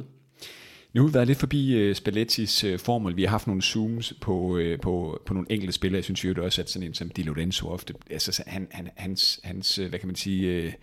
Nu har vi været lidt forbi uh, Spallettis uh, formel. Vi har haft nogle zooms på, uh, på, på nogle enkelte spillere. Jeg synes jo også, at sådan en som Di Lorenzo ofte, altså han, han, hans, hans, hvad kan man sige, uh,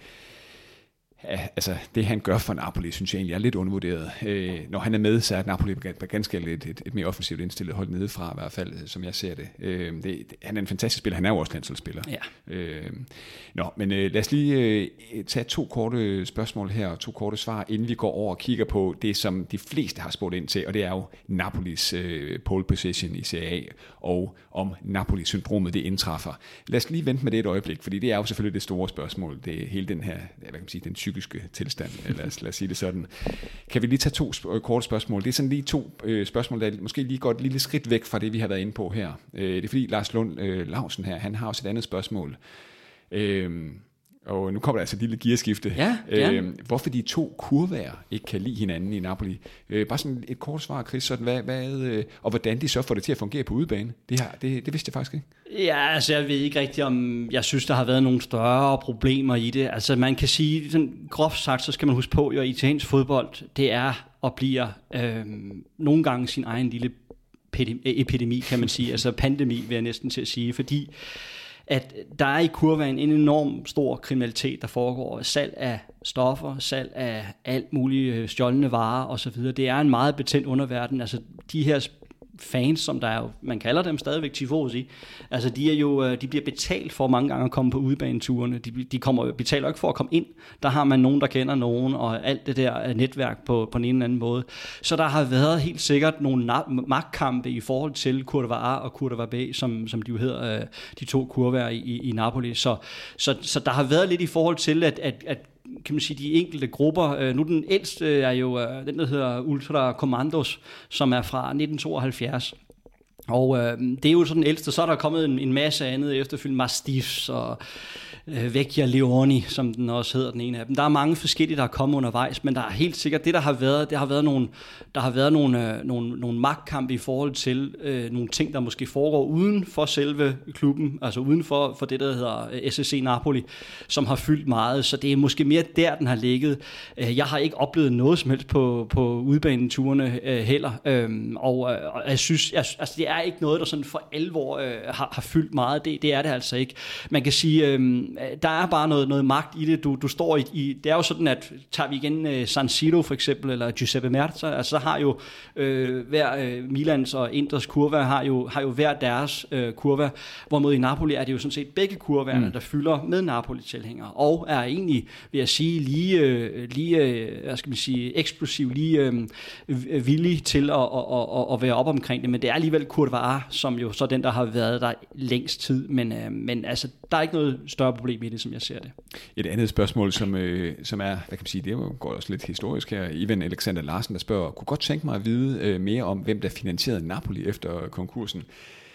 altså det han gør for Napoli, synes jeg egentlig er lidt undervurderet. Øh, når han er med, så er Napoli ganske et, et, et mere offensivt indstillet hold nedefra, i hvert fald, som jeg ser det. Øh, det, det han er en fantastisk spiller, han er jo også landsholdsspiller. Ja. Øh, nå, men øh, lad os lige øh, tage to korte spørgsmål her, og to korte svar, inden vi går over og kigger på det, som de fleste har spurgt ind til, og det er jo Napolis øh, pole position i Serie A, og om Napoli-syndromet det indtræffer. Lad os lige vente med det et øjeblik, fordi det er jo selvfølgelig det store spørgsmål, det er hele den her, hvad kan man sige, den psykiske tilstand, lad os, lad os sige det sådan. Kan vi lige tage to sp- korte spørgsmål? Det er sådan lige to øh, spørgsmål, der måske lige går et lille skridt væk fra det, vi har været inde på her. Øh, det er fordi Lars Lund øh, Lausen her, han har også et andet spørgsmål. Øh, og nu kommer der altså et lille gearskifte. Ja, øh, hvorfor de to kurver ikke kan lide hinanden i Napoli? Øh, bare sådan et kort svar, Chris, sådan, hvad, hvad, øh, og hvordan de så får det til at fungere på udebane. Det, her, det, det vidste jeg faktisk ikke. Ja, altså jeg ved ikke rigtigt, om jeg synes, der har været nogle større problemer i det. Altså man kan sige, sådan groft sagt, så skal man huske på, at italiensk fodbold, det er og bliver øh, nogle gange sin egen lille epidemi, kan man sige. Altså pandemi, vil jeg næsten til at sige, fordi at der er i kurven en enorm stor kriminalitet, der foregår. Salg af stoffer, salg af alt muligt stjålne varer osv. Det er en meget betændt underverden. Altså de her fans, som der er jo, man kalder dem stadigvæk tifosi, altså de er jo, de bliver betalt for mange gange at komme på udebaneturene. De, de kommer, betaler ikke for at komme ind. Der har man nogen, der kender nogen, og alt det der netværk på, på en eller anden måde. Så der har været helt sikkert nogle na- magtkampe i forhold til Curva A og Curva B, som, som de jo hedder, de to kurver i, i Napoli. Så, så, så der har været lidt i forhold til, at, at, at kan man sige, de enkelte grupper. Øh, nu den ældste er jo øh, den, der hedder Ultra Commandos, som er fra nitten tooghalvfjerds. Og øh, det er jo sådan den ældste. Så er der kommet en, en masse andet efterfølgende, Mastiffs og øh, Vecchia Leoni, som den også hedder, den ene af dem. Der er mange forskellige, der er kommet undervejs, men der er helt sikkert, det der har været, det har været nogle, der har været nogle, øh, nogle, nogle magtkampe i forhold til øh, nogle ting, der måske foregår uden for selve klubben, altså uden for, for det, der hedder S S C Napoli, som har fyldt meget, så det er måske mere der, den har ligget. Jeg har ikke oplevet noget som helst på, på udebaneturene øh, heller, øhm, og, øh, og jeg synes, jeg, altså det er ikke noget, der sådan for alvor øh, har, har fyldt meget, det, det er det altså ikke. Man kan sige, øh, der er bare noget, noget magt i det, du, du står i, i, det er jo sådan, at tager vi igen øh, San Siro for eksempel, eller Giuseppe Meazza, altså så har jo øh, hver øh, Milans og Inters kurva har jo, har jo hver deres øh, kurva, hvorimod i Napoli er det jo sådan set begge kurverne, mm. der fylder med Napoli-tilhængere, og er egentlig, vil jeg sige, lige, øh, lige øh, hvad skal man sige, eksplosiv, lige øh, villig til at, at, at, at være op omkring det, men det er alligevel Kurt Varer, som jo så den, der har været der længst tid, men, øh, men altså, der er ikke noget større problem i det, som jeg ser det. Et andet spørgsmål, som, øh, som er, hvad kan man sige, det går også lidt historisk her, Ivan Alexander Larsen, der spørger, kunne godt tænke mig at vide øh, mere om, hvem der finansierede Napoli efter konkursen.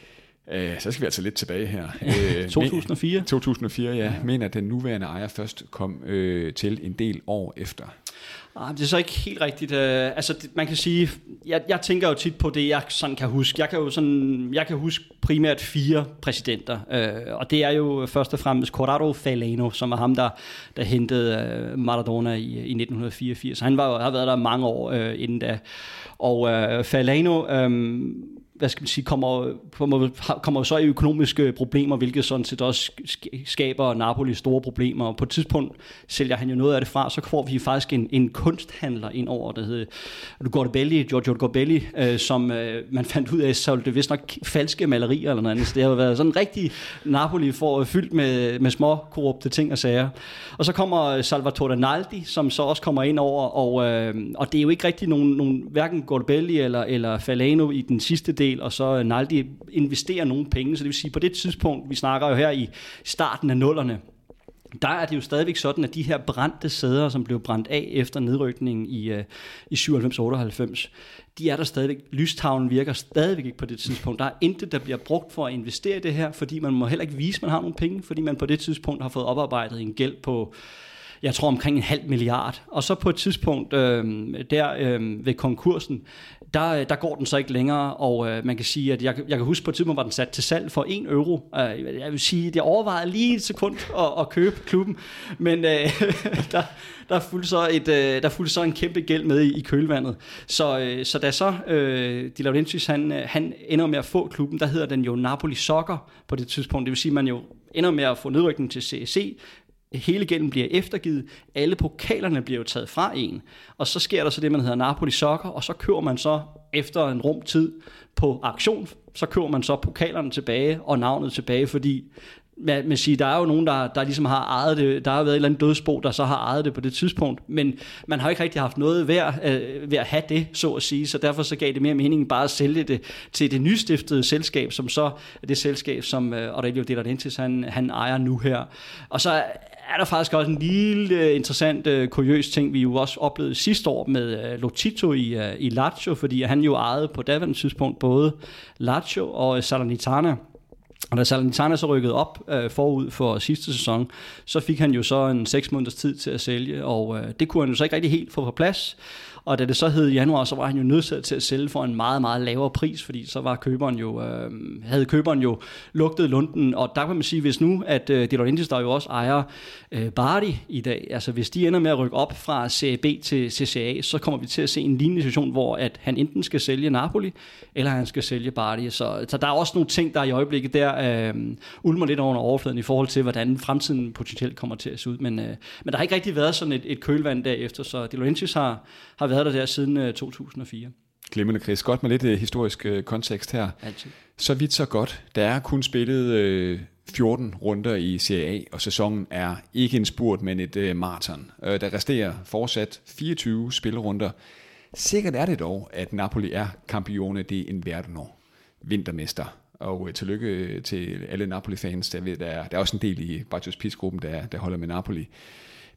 Øh, så skal vi altså lidt tilbage her. Øh, to tusind og fire. to tusind og fire, ja. Men at den nuværende ejer først kom øh, til en del år efter. Ah, det er så ikke helt rigtigt. Uh, altså, det, man kan sige, jeg, jeg tænker jo tit på det, jeg sådan kan huske. Jeg kan jo sådan, jeg kan huske primært fire præsidenter, uh, og det er jo først og fremmest Corrado Faellino, som var ham, der, der hentede uh, Maradona i, i nitten fireogfirs. Han var, har været der mange år uh, inden da. Og uh, Faellino... Um, hvad skal man sige, kommer, kommer, kommer så i økonomiske problemer, hvilket sådan set også skaber Napoli store problemer, og på et tidspunkt sælger han jo noget af det fra, så får vi faktisk en, en kunsthandler ind over, der hedder Gorbelli, Giorgio Gorbelli, øh, som øh, man fandt ud af, så det vist nok falske malerier eller noget andet, så det har været sådan rigtig Napoli for fyldt med, med små korrupte ting og sager. Og så kommer Salvatore Naldi, som så også kommer ind over, og, øh, og det er jo ikke rigtig nogen, nogen hverken Gorbelli eller, eller Faellino i den sidste del, og så Naldi investerer nogle penge, så det vil sige, på det tidspunkt, vi snakker jo her i starten af nullerne, der er det jo stadigvæk sådan, at de her brændte sæder, som blev brændt af efter nedrykningen i, uh, i syvoghalvfems otteoghalvfems, de er der stadigvæk. Lystavlen virker stadigvæk ikke på det tidspunkt. Der er intet, der bliver brugt for at investere i det her, fordi man må heller ikke vise, at man har nogle penge, fordi man på det tidspunkt har fået oparbejdet en gæld på, jeg tror omkring en halv milliard. Og så på et tidspunkt øh, der øh, ved konkursen, der, der går den så ikke længere, og øh, man kan sige, at jeg, jeg kan huske på et tidspunkt, var den sat til salg for en euro. Øh, jeg vil sige, jeg overvejede lige et sekund at, at købe klubben, men øh, der, der, fulgte så et, øh, der fulgte så en kæmpe gæld med i, i kølvandet. Så, øh, så da så øh, De Laurentiis, han, han ender med at få klubben, der hedder den jo Napoli Soccer på det tidspunkt. Det vil sige, at man jo ender med at få nedrykning til C S C, hele gælden bliver eftergivet, alle pokalerne bliver jo taget fra en, og så sker der så det, man hedder Napoli Soccer, og så køber man så efter en rum tid på auktion, så køber man så pokalerne tilbage og navnet tilbage, fordi man, man siger, der er jo nogen, der, der ligesom har ejet det, der har været et eller andet dødsbo, der så har ejet det på det tidspunkt, men man har ikke rigtig haft noget værd øh, ved at have det, så at sige, så derfor så gav det mere mening bare at sælge det til det nystiftede selskab, som så er det selskab, som øh, Aurelio De Laurentiis, han, han ejer nu her. Og så er der faktisk også en lille interessant, øh, kuriøs ting, vi jo også oplevede sidste år med øh, Lotito i, øh, i Lazio, fordi han jo ejede på daværende tidspunkt både Lazio og Salernitana. Og da Salernitana så rykkede op øh, forud for sidste sæson, så fik han jo så en seks måneders tid til at sælge, og øh, det kunne han jo så ikke rigtig helt få på plads. Og da det så hed januar, så var han jo nødsaget til at sælge for en meget, meget lavere pris, fordi så var køberen jo, øh, havde køberen jo lugtet lunden. Og der kan man sige, hvis nu, at øh, De Laurentiis, der jo også ejer øh, Bari i dag, altså hvis de ender med at rykke op fra Serie B til C C A, så kommer vi til at se en lignende situation, hvor at han enten skal sælge Napoli, eller han skal sælge Bari. Så, så der er også nogle ting, der i øjeblikket der øh, ulmer lidt over overfladen i forhold til, hvordan fremtiden potentielt kommer til at se ud. Men, øh, men der har ikke rigtig været sådan et, et kølvand derefter, så De Laurentiis har, har været der der siden uh, to tusind og fire. Glimrende, Chris. Godt med lidt uh, historisk uh, kontekst her. Altid. Så vidt så godt. Der er kun spillet uh, fjorten runder i Serie A, og sæsonen er ikke en spurt, men et uh, maraton. Uh, der resterer fortsat fireogtyve spillerunder. Sikkert er det dog, at Napoli er campione di inverno, vintermester. Og uh, tillykke til alle Napoli-fans. Der, ved, der, er, der er også en del i Bartosz Pis-gruppen, der, der holder med Napoli.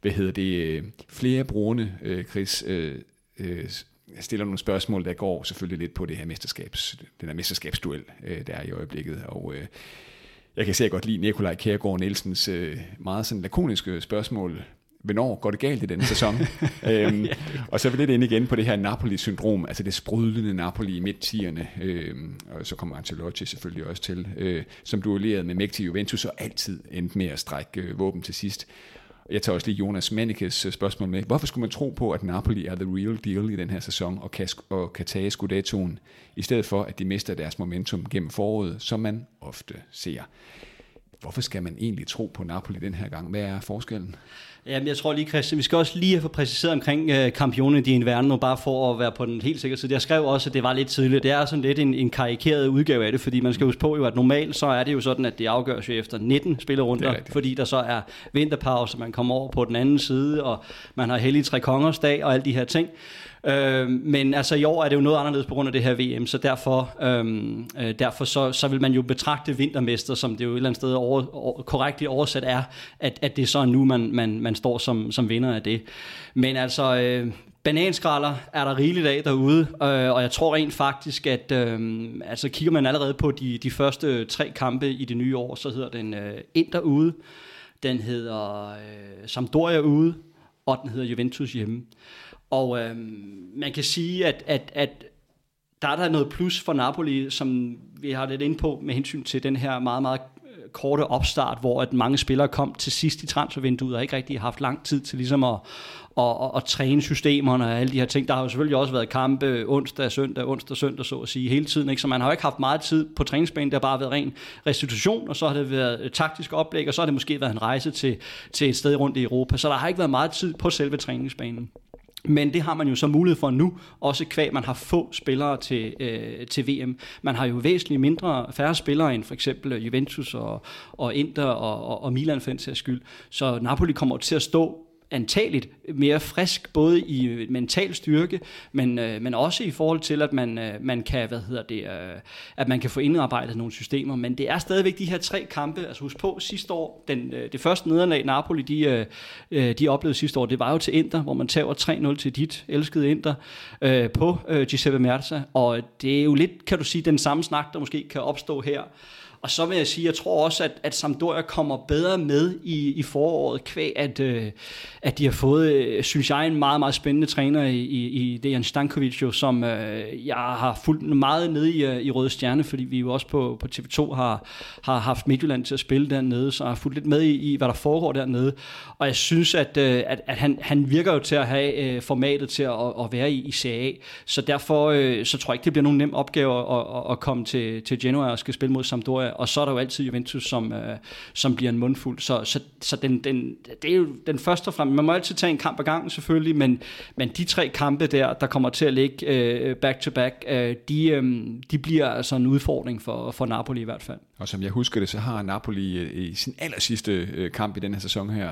hvad hedder det, flere brugerne, Chris, øh, øh, stiller nogle spørgsmål, der går selvfølgelig lidt på det her mesterskabs, den her mesterskabsduel, øh, der er i øjeblikket, og øh, jeg kan sikkert godt lide Nikolaj Kjærgaard Nielsens øh, meget sådan lakoniske spørgsmål. Hvornår går det galt i denne sæson? øhm, og så vil lidt ind igen på det her Napoli-syndrom, altså det sprudlende Napoli i midt-tierne, øhm, og så kommer Ancelotti selvfølgelig også til, øh, som duellerede med mægtige Juventus, og altid endte med at strække øh, våben til sidst. Jeg tager også lige Jonas Mannikes spørgsmål med. Hvorfor skulle man tro på, at Napoli er the real deal i den her sæson, og kan, og kan tage Scudettoen, i stedet for, at de mister deres momentum gennem foråret, som man ofte ser? Hvorfor skal man egentlig tro på Napoli den her gang? Hvad er forskellen? Jamen, jeg tror lige, Christian, vi skal også lige have få præciseret omkring uh, Campione di Inverno, bare for at være på den helt sikre side. Jeg skrev også, at det var lidt tidligt. Det er sådan lidt en, en karikeret udgave af det, fordi man skal huske på, jo, at normalt så er det jo sådan, at det afgøres jo efter nitten spillerunder, fordi der så er vinterpause, man kommer over på den anden side, og man har hellig tre kongers dag og alle de her ting. Øh, men altså i år er det jo noget anderledes på grund af det her V M, så derfor, øhm, øh, derfor så, så vil man jo betragte vintermester, som det jo et eller andet sted over, over, korrekt oversat er, at, at det så er nu, man, man, man står som, som vinder af det. Men altså, øh, bananskralder er der rigeligt af derude, øh, og jeg tror rent faktisk, at øh, altså kigger man allerede på de, de første tre kampe i det nye år, så hedder den øh, Inter ude, den hedder øh, Sampdoria ude, og den hedder Juventus hjemme. Og øh, man kan sige, at, at, at der er der noget plus for Napoli, som vi har lidt inde på med hensyn til den her meget, meget korte opstart, hvor at mange spillere kom til sidst i transfervinduet og ikke rigtig har haft lang tid til ligesom at, at, at, at træne systemerne og alle de her ting. Der har jo selvfølgelig også været kampe onsdag, søndag, onsdag, søndag, så at sige, hele tiden. Ikke? Så man har jo ikke haft meget tid på træningsbanen. Det har bare været ren restitution, og så har det været taktisk oplæg, og så har det måske været en rejse til, til et sted rundt i Europa. Så der har ikke været meget tid på selve træningsbanen. Men det har man jo så mulighed for nu, også kvæg man har få spillere til, øh, til V M. Man har jo væsentligt mindre, færre spillere end for eksempel Juventus og, og Inter og, og, og Milan for en sags skyld. Så Napoli kommer til at stå antageligt mere frisk, både i mental styrke, men, øh, men også i forhold til, at man, øh, man kan, hvad hedder det, øh, at man kan få indarbejdet nogle systemer. Men det er stadigvæk de her tre kampe. Altså husk på, sidste år, den, øh, det første nederlag Napoli, de, øh, de oplevede sidste år, det var jo til Inter, hvor man tager tre nul til dit elskede Inter øh, på øh, Giuseppe Meazza. Og det er jo lidt, kan du sige, den samme snak, der måske kan opstå her. Og så vil jeg sige, jeg tror også, at, at Sampdoria kommer bedre med i, i foråret, kvæg at, øh, at de har fået, øh, synes jeg, en meget, meget spændende træner i, i, i Dejan Stankovic, jo, som øh, jeg har fulgt meget nede i, i Røde Stjerne, fordi vi jo også på, på T V to har, har haft Midtjylland til at spille dernede, så jeg har fulgt lidt med i, i hvad der foregår dernede. Og jeg synes, at, øh, at, at han, han virker jo til at have øh, formatet til at, at være i, i Serie A, så derfor øh, så tror jeg ikke, det bliver nogen nem opgave at, at, at komme til, til Genoa og skal spille mod Sampdoria. Og så er der jo altid Juventus, som, øh, som bliver en mundfuld. Så, så, så den, den, det er jo den første og fremmest. Man må altid tage en kamp ad gangen selvfølgelig, men, men de tre kampe der, der kommer til at ligge øh, back-to-back, øh, de, øh, de bliver altså en udfordring for, for Napoli i hvert fald. Og som jeg husker det, så har Napoli i sin aller sidste kamp i den her sæson her,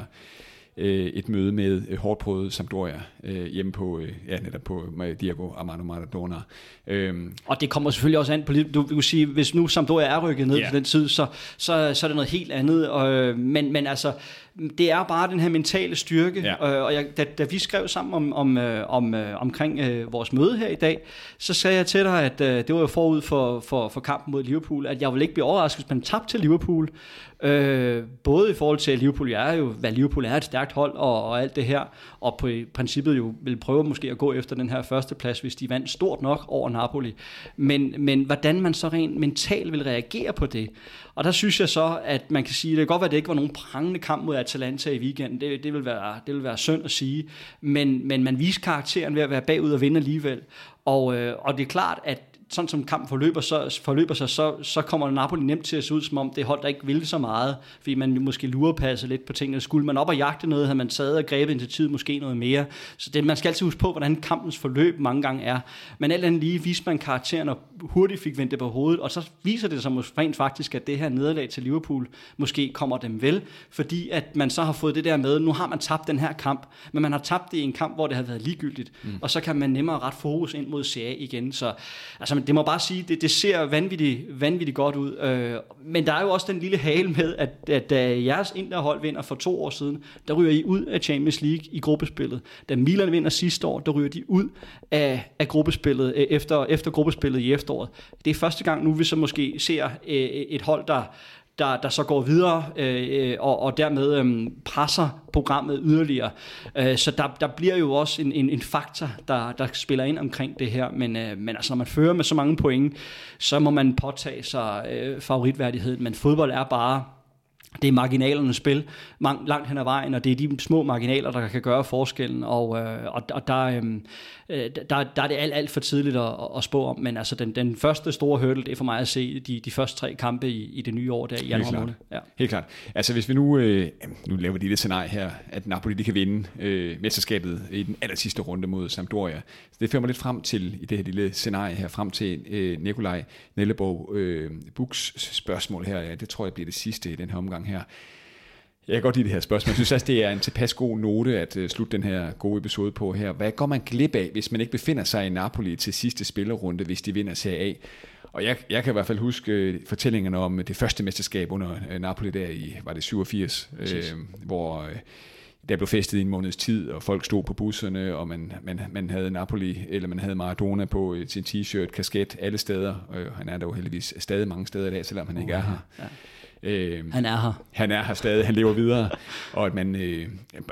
et møde med hårdt prøvet Sampdoria øh, hjemme på, øh, ja, netop på Diego Armando Maradona. Øhm. Og det kommer selvfølgelig også an på, du vil sige, hvis nu Sampdoria er rykket ned yeah. til den tid, så, så, så er det noget helt andet. Og, men, men altså, det er bare den her mentale styrke, ja. og, og jeg, da, da vi skrev sammen om, om, om, omkring øh, vores møde her i dag, så sagde jeg til dig, at øh, det var jo forud for, for, for kampen mod Liverpool, at jeg ville ikke blive overrasket, hvis man tabte til Liverpool. Øh, både i forhold til, at Liverpool er jo, hvad Liverpool er, et stærkt hold og, og alt det her, og på i princippet jo vil prøve måske at gå efter den her første plads, hvis de vandt stort nok over Napoli. Men, men hvordan man så rent mentalt vil reagere på det. Og der synes jeg så, at man kan sige, det kan godt være, at det ikke var nogen prangende kamp mod Atalanta i weekenden. Det, det, vil, være, det vil være synd at sige. Men, men man viser karakteren ved at være bagud og vinde alligevel. Og, øh, og det er klart, at sådan som kampen forløber, så, forløber sig, så, så kommer Napoli nemt til at se ud, som om det hold, der ikke ville så meget, fordi man måske lurepasse lidt på tingene. Skulle man op og jagte noget, havde man taget og grebet initiativet måske noget mere. Så det, man skal altid huske på, hvordan kampens forløb mange gange er. Men alt andet lige viser man karakteren og hurtigt fik vendt det på hovedet, og så viser det sig rent faktisk, at det her nederlag til Liverpool måske kommer dem vel, fordi at man så har fået det der med, nu har man tabt den her kamp, men man har tabt det i en kamp, hvor det har været ligegyldigt, mm. og så kan man nemmere ret fokus ind mod Serie A igen. Så altså altså det må bare sige, det, det ser vanvittigt, vanvittigt godt ud. Øh, men der er jo også den lille hale med, at, at da jeres Interhold vinder for to år siden, der ryger I ud af Champions League i gruppespillet. Da Milan vinder sidste år, der ryger de ud af, af gruppespillet efter, efter gruppespillet i efteråret. Det er første gang nu, vi så måske ser øh, et hold, der Der, der så går videre øh, og, og dermed øh, presser programmet yderligere. Øh, så der, der bliver jo også en, en, en faktor, der, der spiller ind omkring det her. Men, øh, men altså, når man fører med så mange point, så må man påtage sig øh, favoritværdigheden. Men fodbold er bare... Det er marginalernes spil langt hen ad vejen, og det er de små marginaler, der kan gøre forskellen, og, øh, og, og der, øh, der, der er det alt, alt for tidligt at, at spå om, men altså den, den første store hurdle, det er for mig at se de, de første tre kampe i, i det nye år, der i januar måned. Ja. Helt klart. Altså hvis vi nu, øh, nu laver vi det scenarie her, at Napoli de kan vinde øh, mesterskabet i den aller sidste runde mod Sampdoria. Så det fører mig lidt frem til, i det her lille scenarie her, frem til øh, Nikolaj Nellebo øh, Buks spørgsmål her. Ja, det tror jeg bliver det sidste i den her omgang her. Jeg kan godt lide det her spørgsmål. Jeg synes også, det er en tilpas god note at uh, slutte den her gode episode på her. Hvad går man glip af, hvis man ikke befinder sig i Napoli til sidste spillerunde, hvis de vinder Serie A? Og jeg, jeg kan i hvert fald huske uh, fortællingerne om det første mesterskab under uh, Napoli der i, var det syvogfirs, uh, hvor uh, der blev festet i en måneds tid, og folk stod på busserne, og man, man, man havde Napoli, eller man havde Maradona på uh, sin t-shirt, kasket, alle steder. Uh, han er der jo heldigvis stadig mange steder i dag, selvom han ikke er her. Ja. Øh, han er her. Han er her stadig, han lever videre. Og at man øh,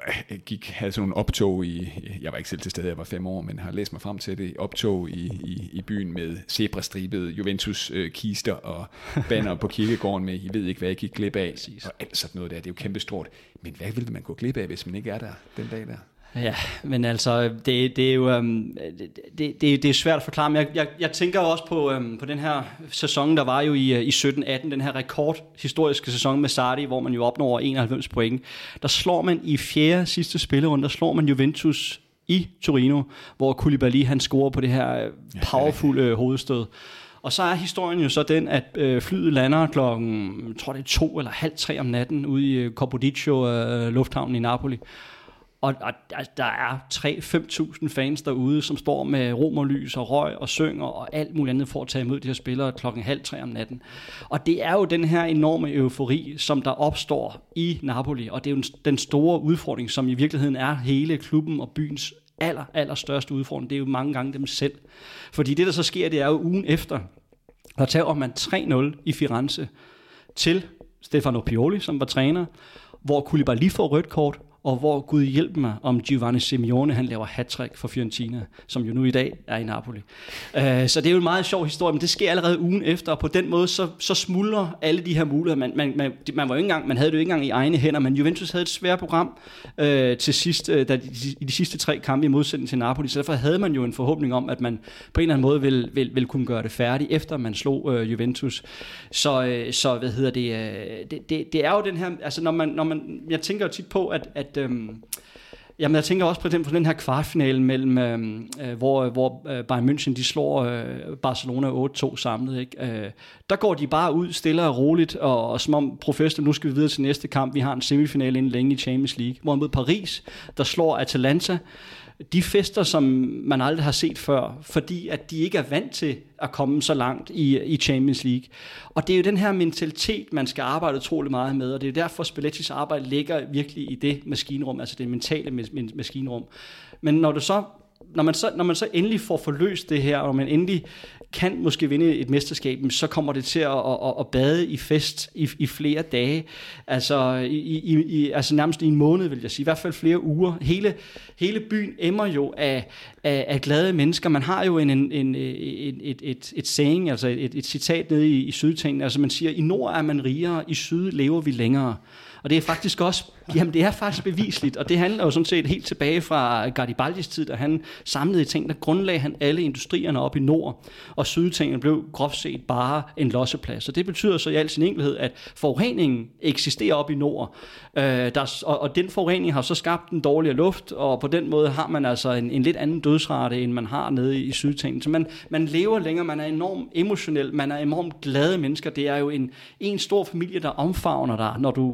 gik, havde sådan nogle optog i, jeg var ikke selv til stede, jeg var fem år, men har læst mig frem til det, optog i, i, i byen med zebrastribede Juventus øh, kister og banner på kirkegården med, I ved ikke, hvad jeg gik glip af, Præcis. Og alt sådan noget der, det er jo kæmpestort. Men hvad ville man gå glip af, hvis man ikke er der den dag der? Ja, men altså, det, det er jo um, det, det, det er svært at forklare, men jeg, jeg, jeg tænker også på, um, på den her sæson, der var jo i, i sytten atten, den her rekordhistoriske sæson med Sarri, hvor man jo opnår over enoghalvfems point. Der slår man i fjerde sidste spillerunde, der slår man Juventus i Torino, hvor Koulibaly han scorer på det her powerful hovedstød. Og så er historien jo så den, at øh, flyet lander klokken, jeg tror det er to eller halv tre om natten ude i Corpodiccio øh, lufthavnen i Napoli. Og, og der er tre til fem tusind fans derude, som står med romerlys og røg og synger og alt muligt andet for at tage imod de her spillere klokken halv tre om natten. Og det er jo den her enorme eufori, som der opstår i Napoli, og det er jo den store udfordring, som i virkeligheden er hele klubben og byens aller, aller største udfordring. Det er jo mange gange dem selv. Fordi det, der så sker, det er jo ugen efter, der tager man tre nul i Firenze til Stefano Pioli, som var træner, hvor Koulibaly får rødt kort, og hvor Gud hjælpe mig, om Giovanni Simeone, han laver hat-trick for Fiorentina, som jo nu i dag er i Napoli. Uh, så det er jo en meget sjov historie, men det sker allerede ugen efter, og på den måde, så, så smuldrer alle de her muligheder. Man, man, man, man, var jo ikke engang, man havde det jo ikke engang i egne hænder, men Juventus havde et svært program uh, til sidst, uh, da de, i de sidste tre kampe i modsætning til Napoli, så derfor havde man jo en forhåbning om, at man på en eller anden måde ville, ville, ville kunne gøre det færdigt, efter man slog uh, Juventus. Så, uh, så hvad hedder det, uh, det, det, det er jo den her, altså når man, når man, jeg tænker jo tit på, at, at Øhm, jamen jeg tænker også på den, på den her kvartfinale mellem, øhm, øh, hvor, hvor øh, Bayern München de slår øh, Barcelona otte to samlet, ikke? Øh, der går de bare ud stille og roligt, og, og som om professionelt, nu skal vi videre til næste kamp, vi har en semifinale inden længe i Champions League, hvor mod Paris, der slår Atalanta. De fester, som man aldrig har set før, fordi at de ikke er vant til at komme så langt i, i Champions League. Og det er jo den her mentalitet, man skal arbejde utrolig meget med, og det er jo derfor, Spallettis arbejde ligger virkelig i det maskinrum, altså det mentale maskinrum. Men når du så Når man, så, når man så endelig får forløst det her, og man endelig kan måske vinde et mesterskab, så kommer det til at, at, at bade i fest i, i flere dage. Altså, i, i, i, altså nærmest i en måned, vil jeg sige. I hvert fald flere uger. Hele, hele byen emmer jo af, af, af glade mennesker. Man har jo en, en, en, et, et, et, et saying, altså et, et citat nede i, i Sydtingen. Altså man siger, i nord er man rigere, i syd lever vi længere. Og det er faktisk også, jamen det er faktisk bevisligt, og det handler jo sådan set helt tilbage fra Garibaldis tid, da han samlede ting, der grundlagde han alle industrierne op i nord, og Sydtingen blev groft set bare en losseplads. Og det betyder så i al sin enkelhed, at forureningen eksisterer op i nord, øh, der, og, og den forurening har så skabt en dårligere luft, og på den måde har man altså en, en lidt anden dødsrate, end man har nede i, i Sydtingen. Så man, man lever længere, man er enormt emotionel, man er enormt glade mennesker. Det er jo en, en stor familie, der omfavner dig, når du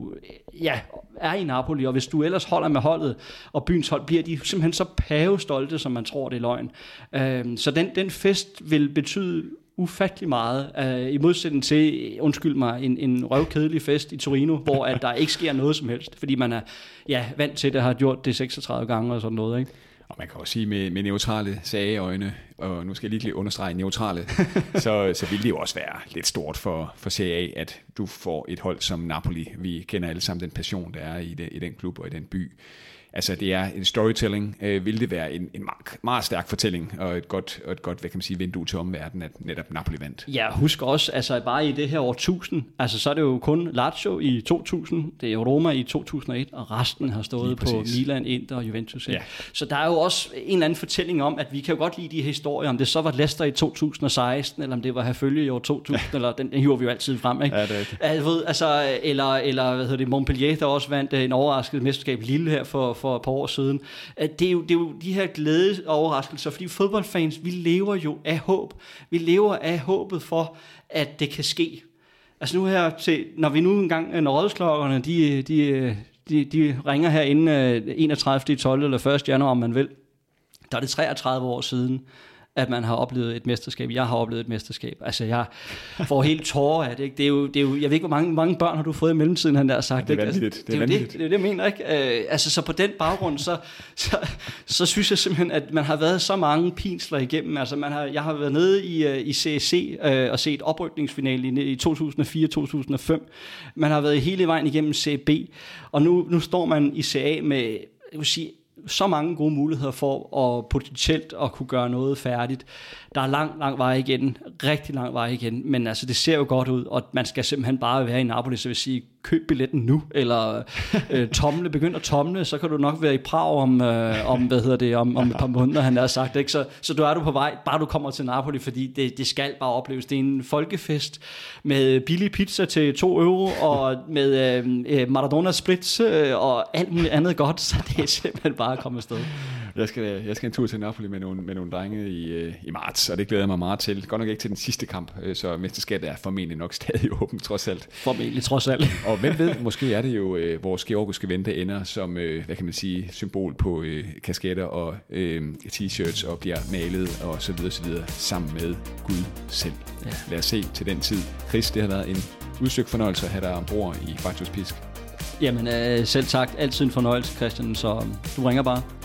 ja, er i Napoli, og hvis du ellers holder med holdet, og byens hold, bliver de simpelthen så pavestolte, som man tror, det er løgn. Øh, så den, den fest vil betyde ufattelig meget, øh, i modsætning til, undskyld mig, en, en røvkedelig fest i Torino, hvor at der ikke sker noget som helst, fordi man er ja, vant til det, har gjort det seksogtredive gange og sådan noget, ikke? Og man kan også sige med, med neutrale sageøjne, og nu skal jeg lige understrege neutrale, så, så vil det jo også være lidt stort for, for Serie A, at du får et hold som Napoli. Vi kender alle sammen den passion, der er i, det, i den klub og i den by. Altså det er en storytelling, øh, vil det være en, en meget, meget stærk fortælling, og et godt, og et godt, hvad kan man sige, vindue til omverdenen, at netop Napoli vandt. Ja, husk også, altså bare i det her årtusind, altså så er det jo kun Lazio i to tusind, det er Roma i to tusind og et, og resten har stået på Milan, Inter og Juventus. Ja. Så der er jo også en eller anden fortælling om, at vi kan jo godt lide de historier, om det så var Leicester i to tusind og seksten, eller om det var Herfølge i år to tusind, ja. Eller den, den hiver vi jo altid frem, ikke? Ja, det er det. Ved, altså, eller, eller hvad hedder det, Montpellier, der også vandt en overraskende mesterskab Lille her for for et par år siden. Det er, jo, det er jo de her glæde overraskelser, fordi fodboldfans, vi lever jo af håb. Vi lever af håbet for, at det kan ske. Altså nu her til, når vi nu engang, når rådsklokkerne, de, de, de, de ringer her inden enogtredivte tolvte eller første januar, om man vil, der er det treogtredive år siden, at man har oplevet et mesterskab. Jeg har oplevet et mesterskab. Altså, jeg får helt tårer af det. Ikke? Det er jo, det er jo, jeg ved ikke, hvor mange, mange børn har du fået i mellemtiden, han der har sagt. Det er altså, vanvittigt. Det er, det, er det, det, er det, jeg mener. Ikke? Øh, altså, så på den baggrund, så, så, så synes jeg simpelthen, at man har været så mange pinsler igennem. Altså, man har, jeg har været nede i, i C S C øh, og set oprykningsfinalen i, i to tusind og fire til to tusind og fem. Man har været hele vejen igennem C B, og nu, nu står man i C A med, jeg vil sige, så mange gode muligheder for at potentielt at kunne gøre noget færdigt. Der er lang, lang vej igen, rigtig lang vej igen, men altså det ser jo godt ud, og man skal simpelthen bare være i Napoli, så vil sige, køb billetten nu, eller øh, tomle, begynd at tomle, så kan du nok være i Prag om, øh, om hvad hedder det, om, om et par måneder, han har sagt, ikke? Så, så du er du på vej, bare du kommer til Napoli, fordi det, det skal bare opleves. Det er en folkefest med billig pizza til to euro, og med øh, Maradona splits, øh, og alt muligt andet godt, så det er simpelthen bare at komme afsted. Jeg skal, jeg skal en tur til Napoli med nogle, med nogle drenge i, i marts, og det glæder jeg mig meget til. Godt nok ikke til den sidste kamp, så mesterskabet er formentlig nok stadig åbent, trods alt. Formentlig, trods alt. Og hvem ved, måske er det jo øh, vores georgiske ven, der ender som, øh, hvad kan man sige, symbol på øh, kasketter og øh, t-shirts, og bliver malet og så videre, så videre, sammen med Gud selv. Ja. Lad os se til den tid. Chris, det har været en udsøgt fornøjelse at have dig ombord i Faktus Pisk. Jamen, øh, selv tak. Altid en fornøjelse, Christian, så du ringer bare.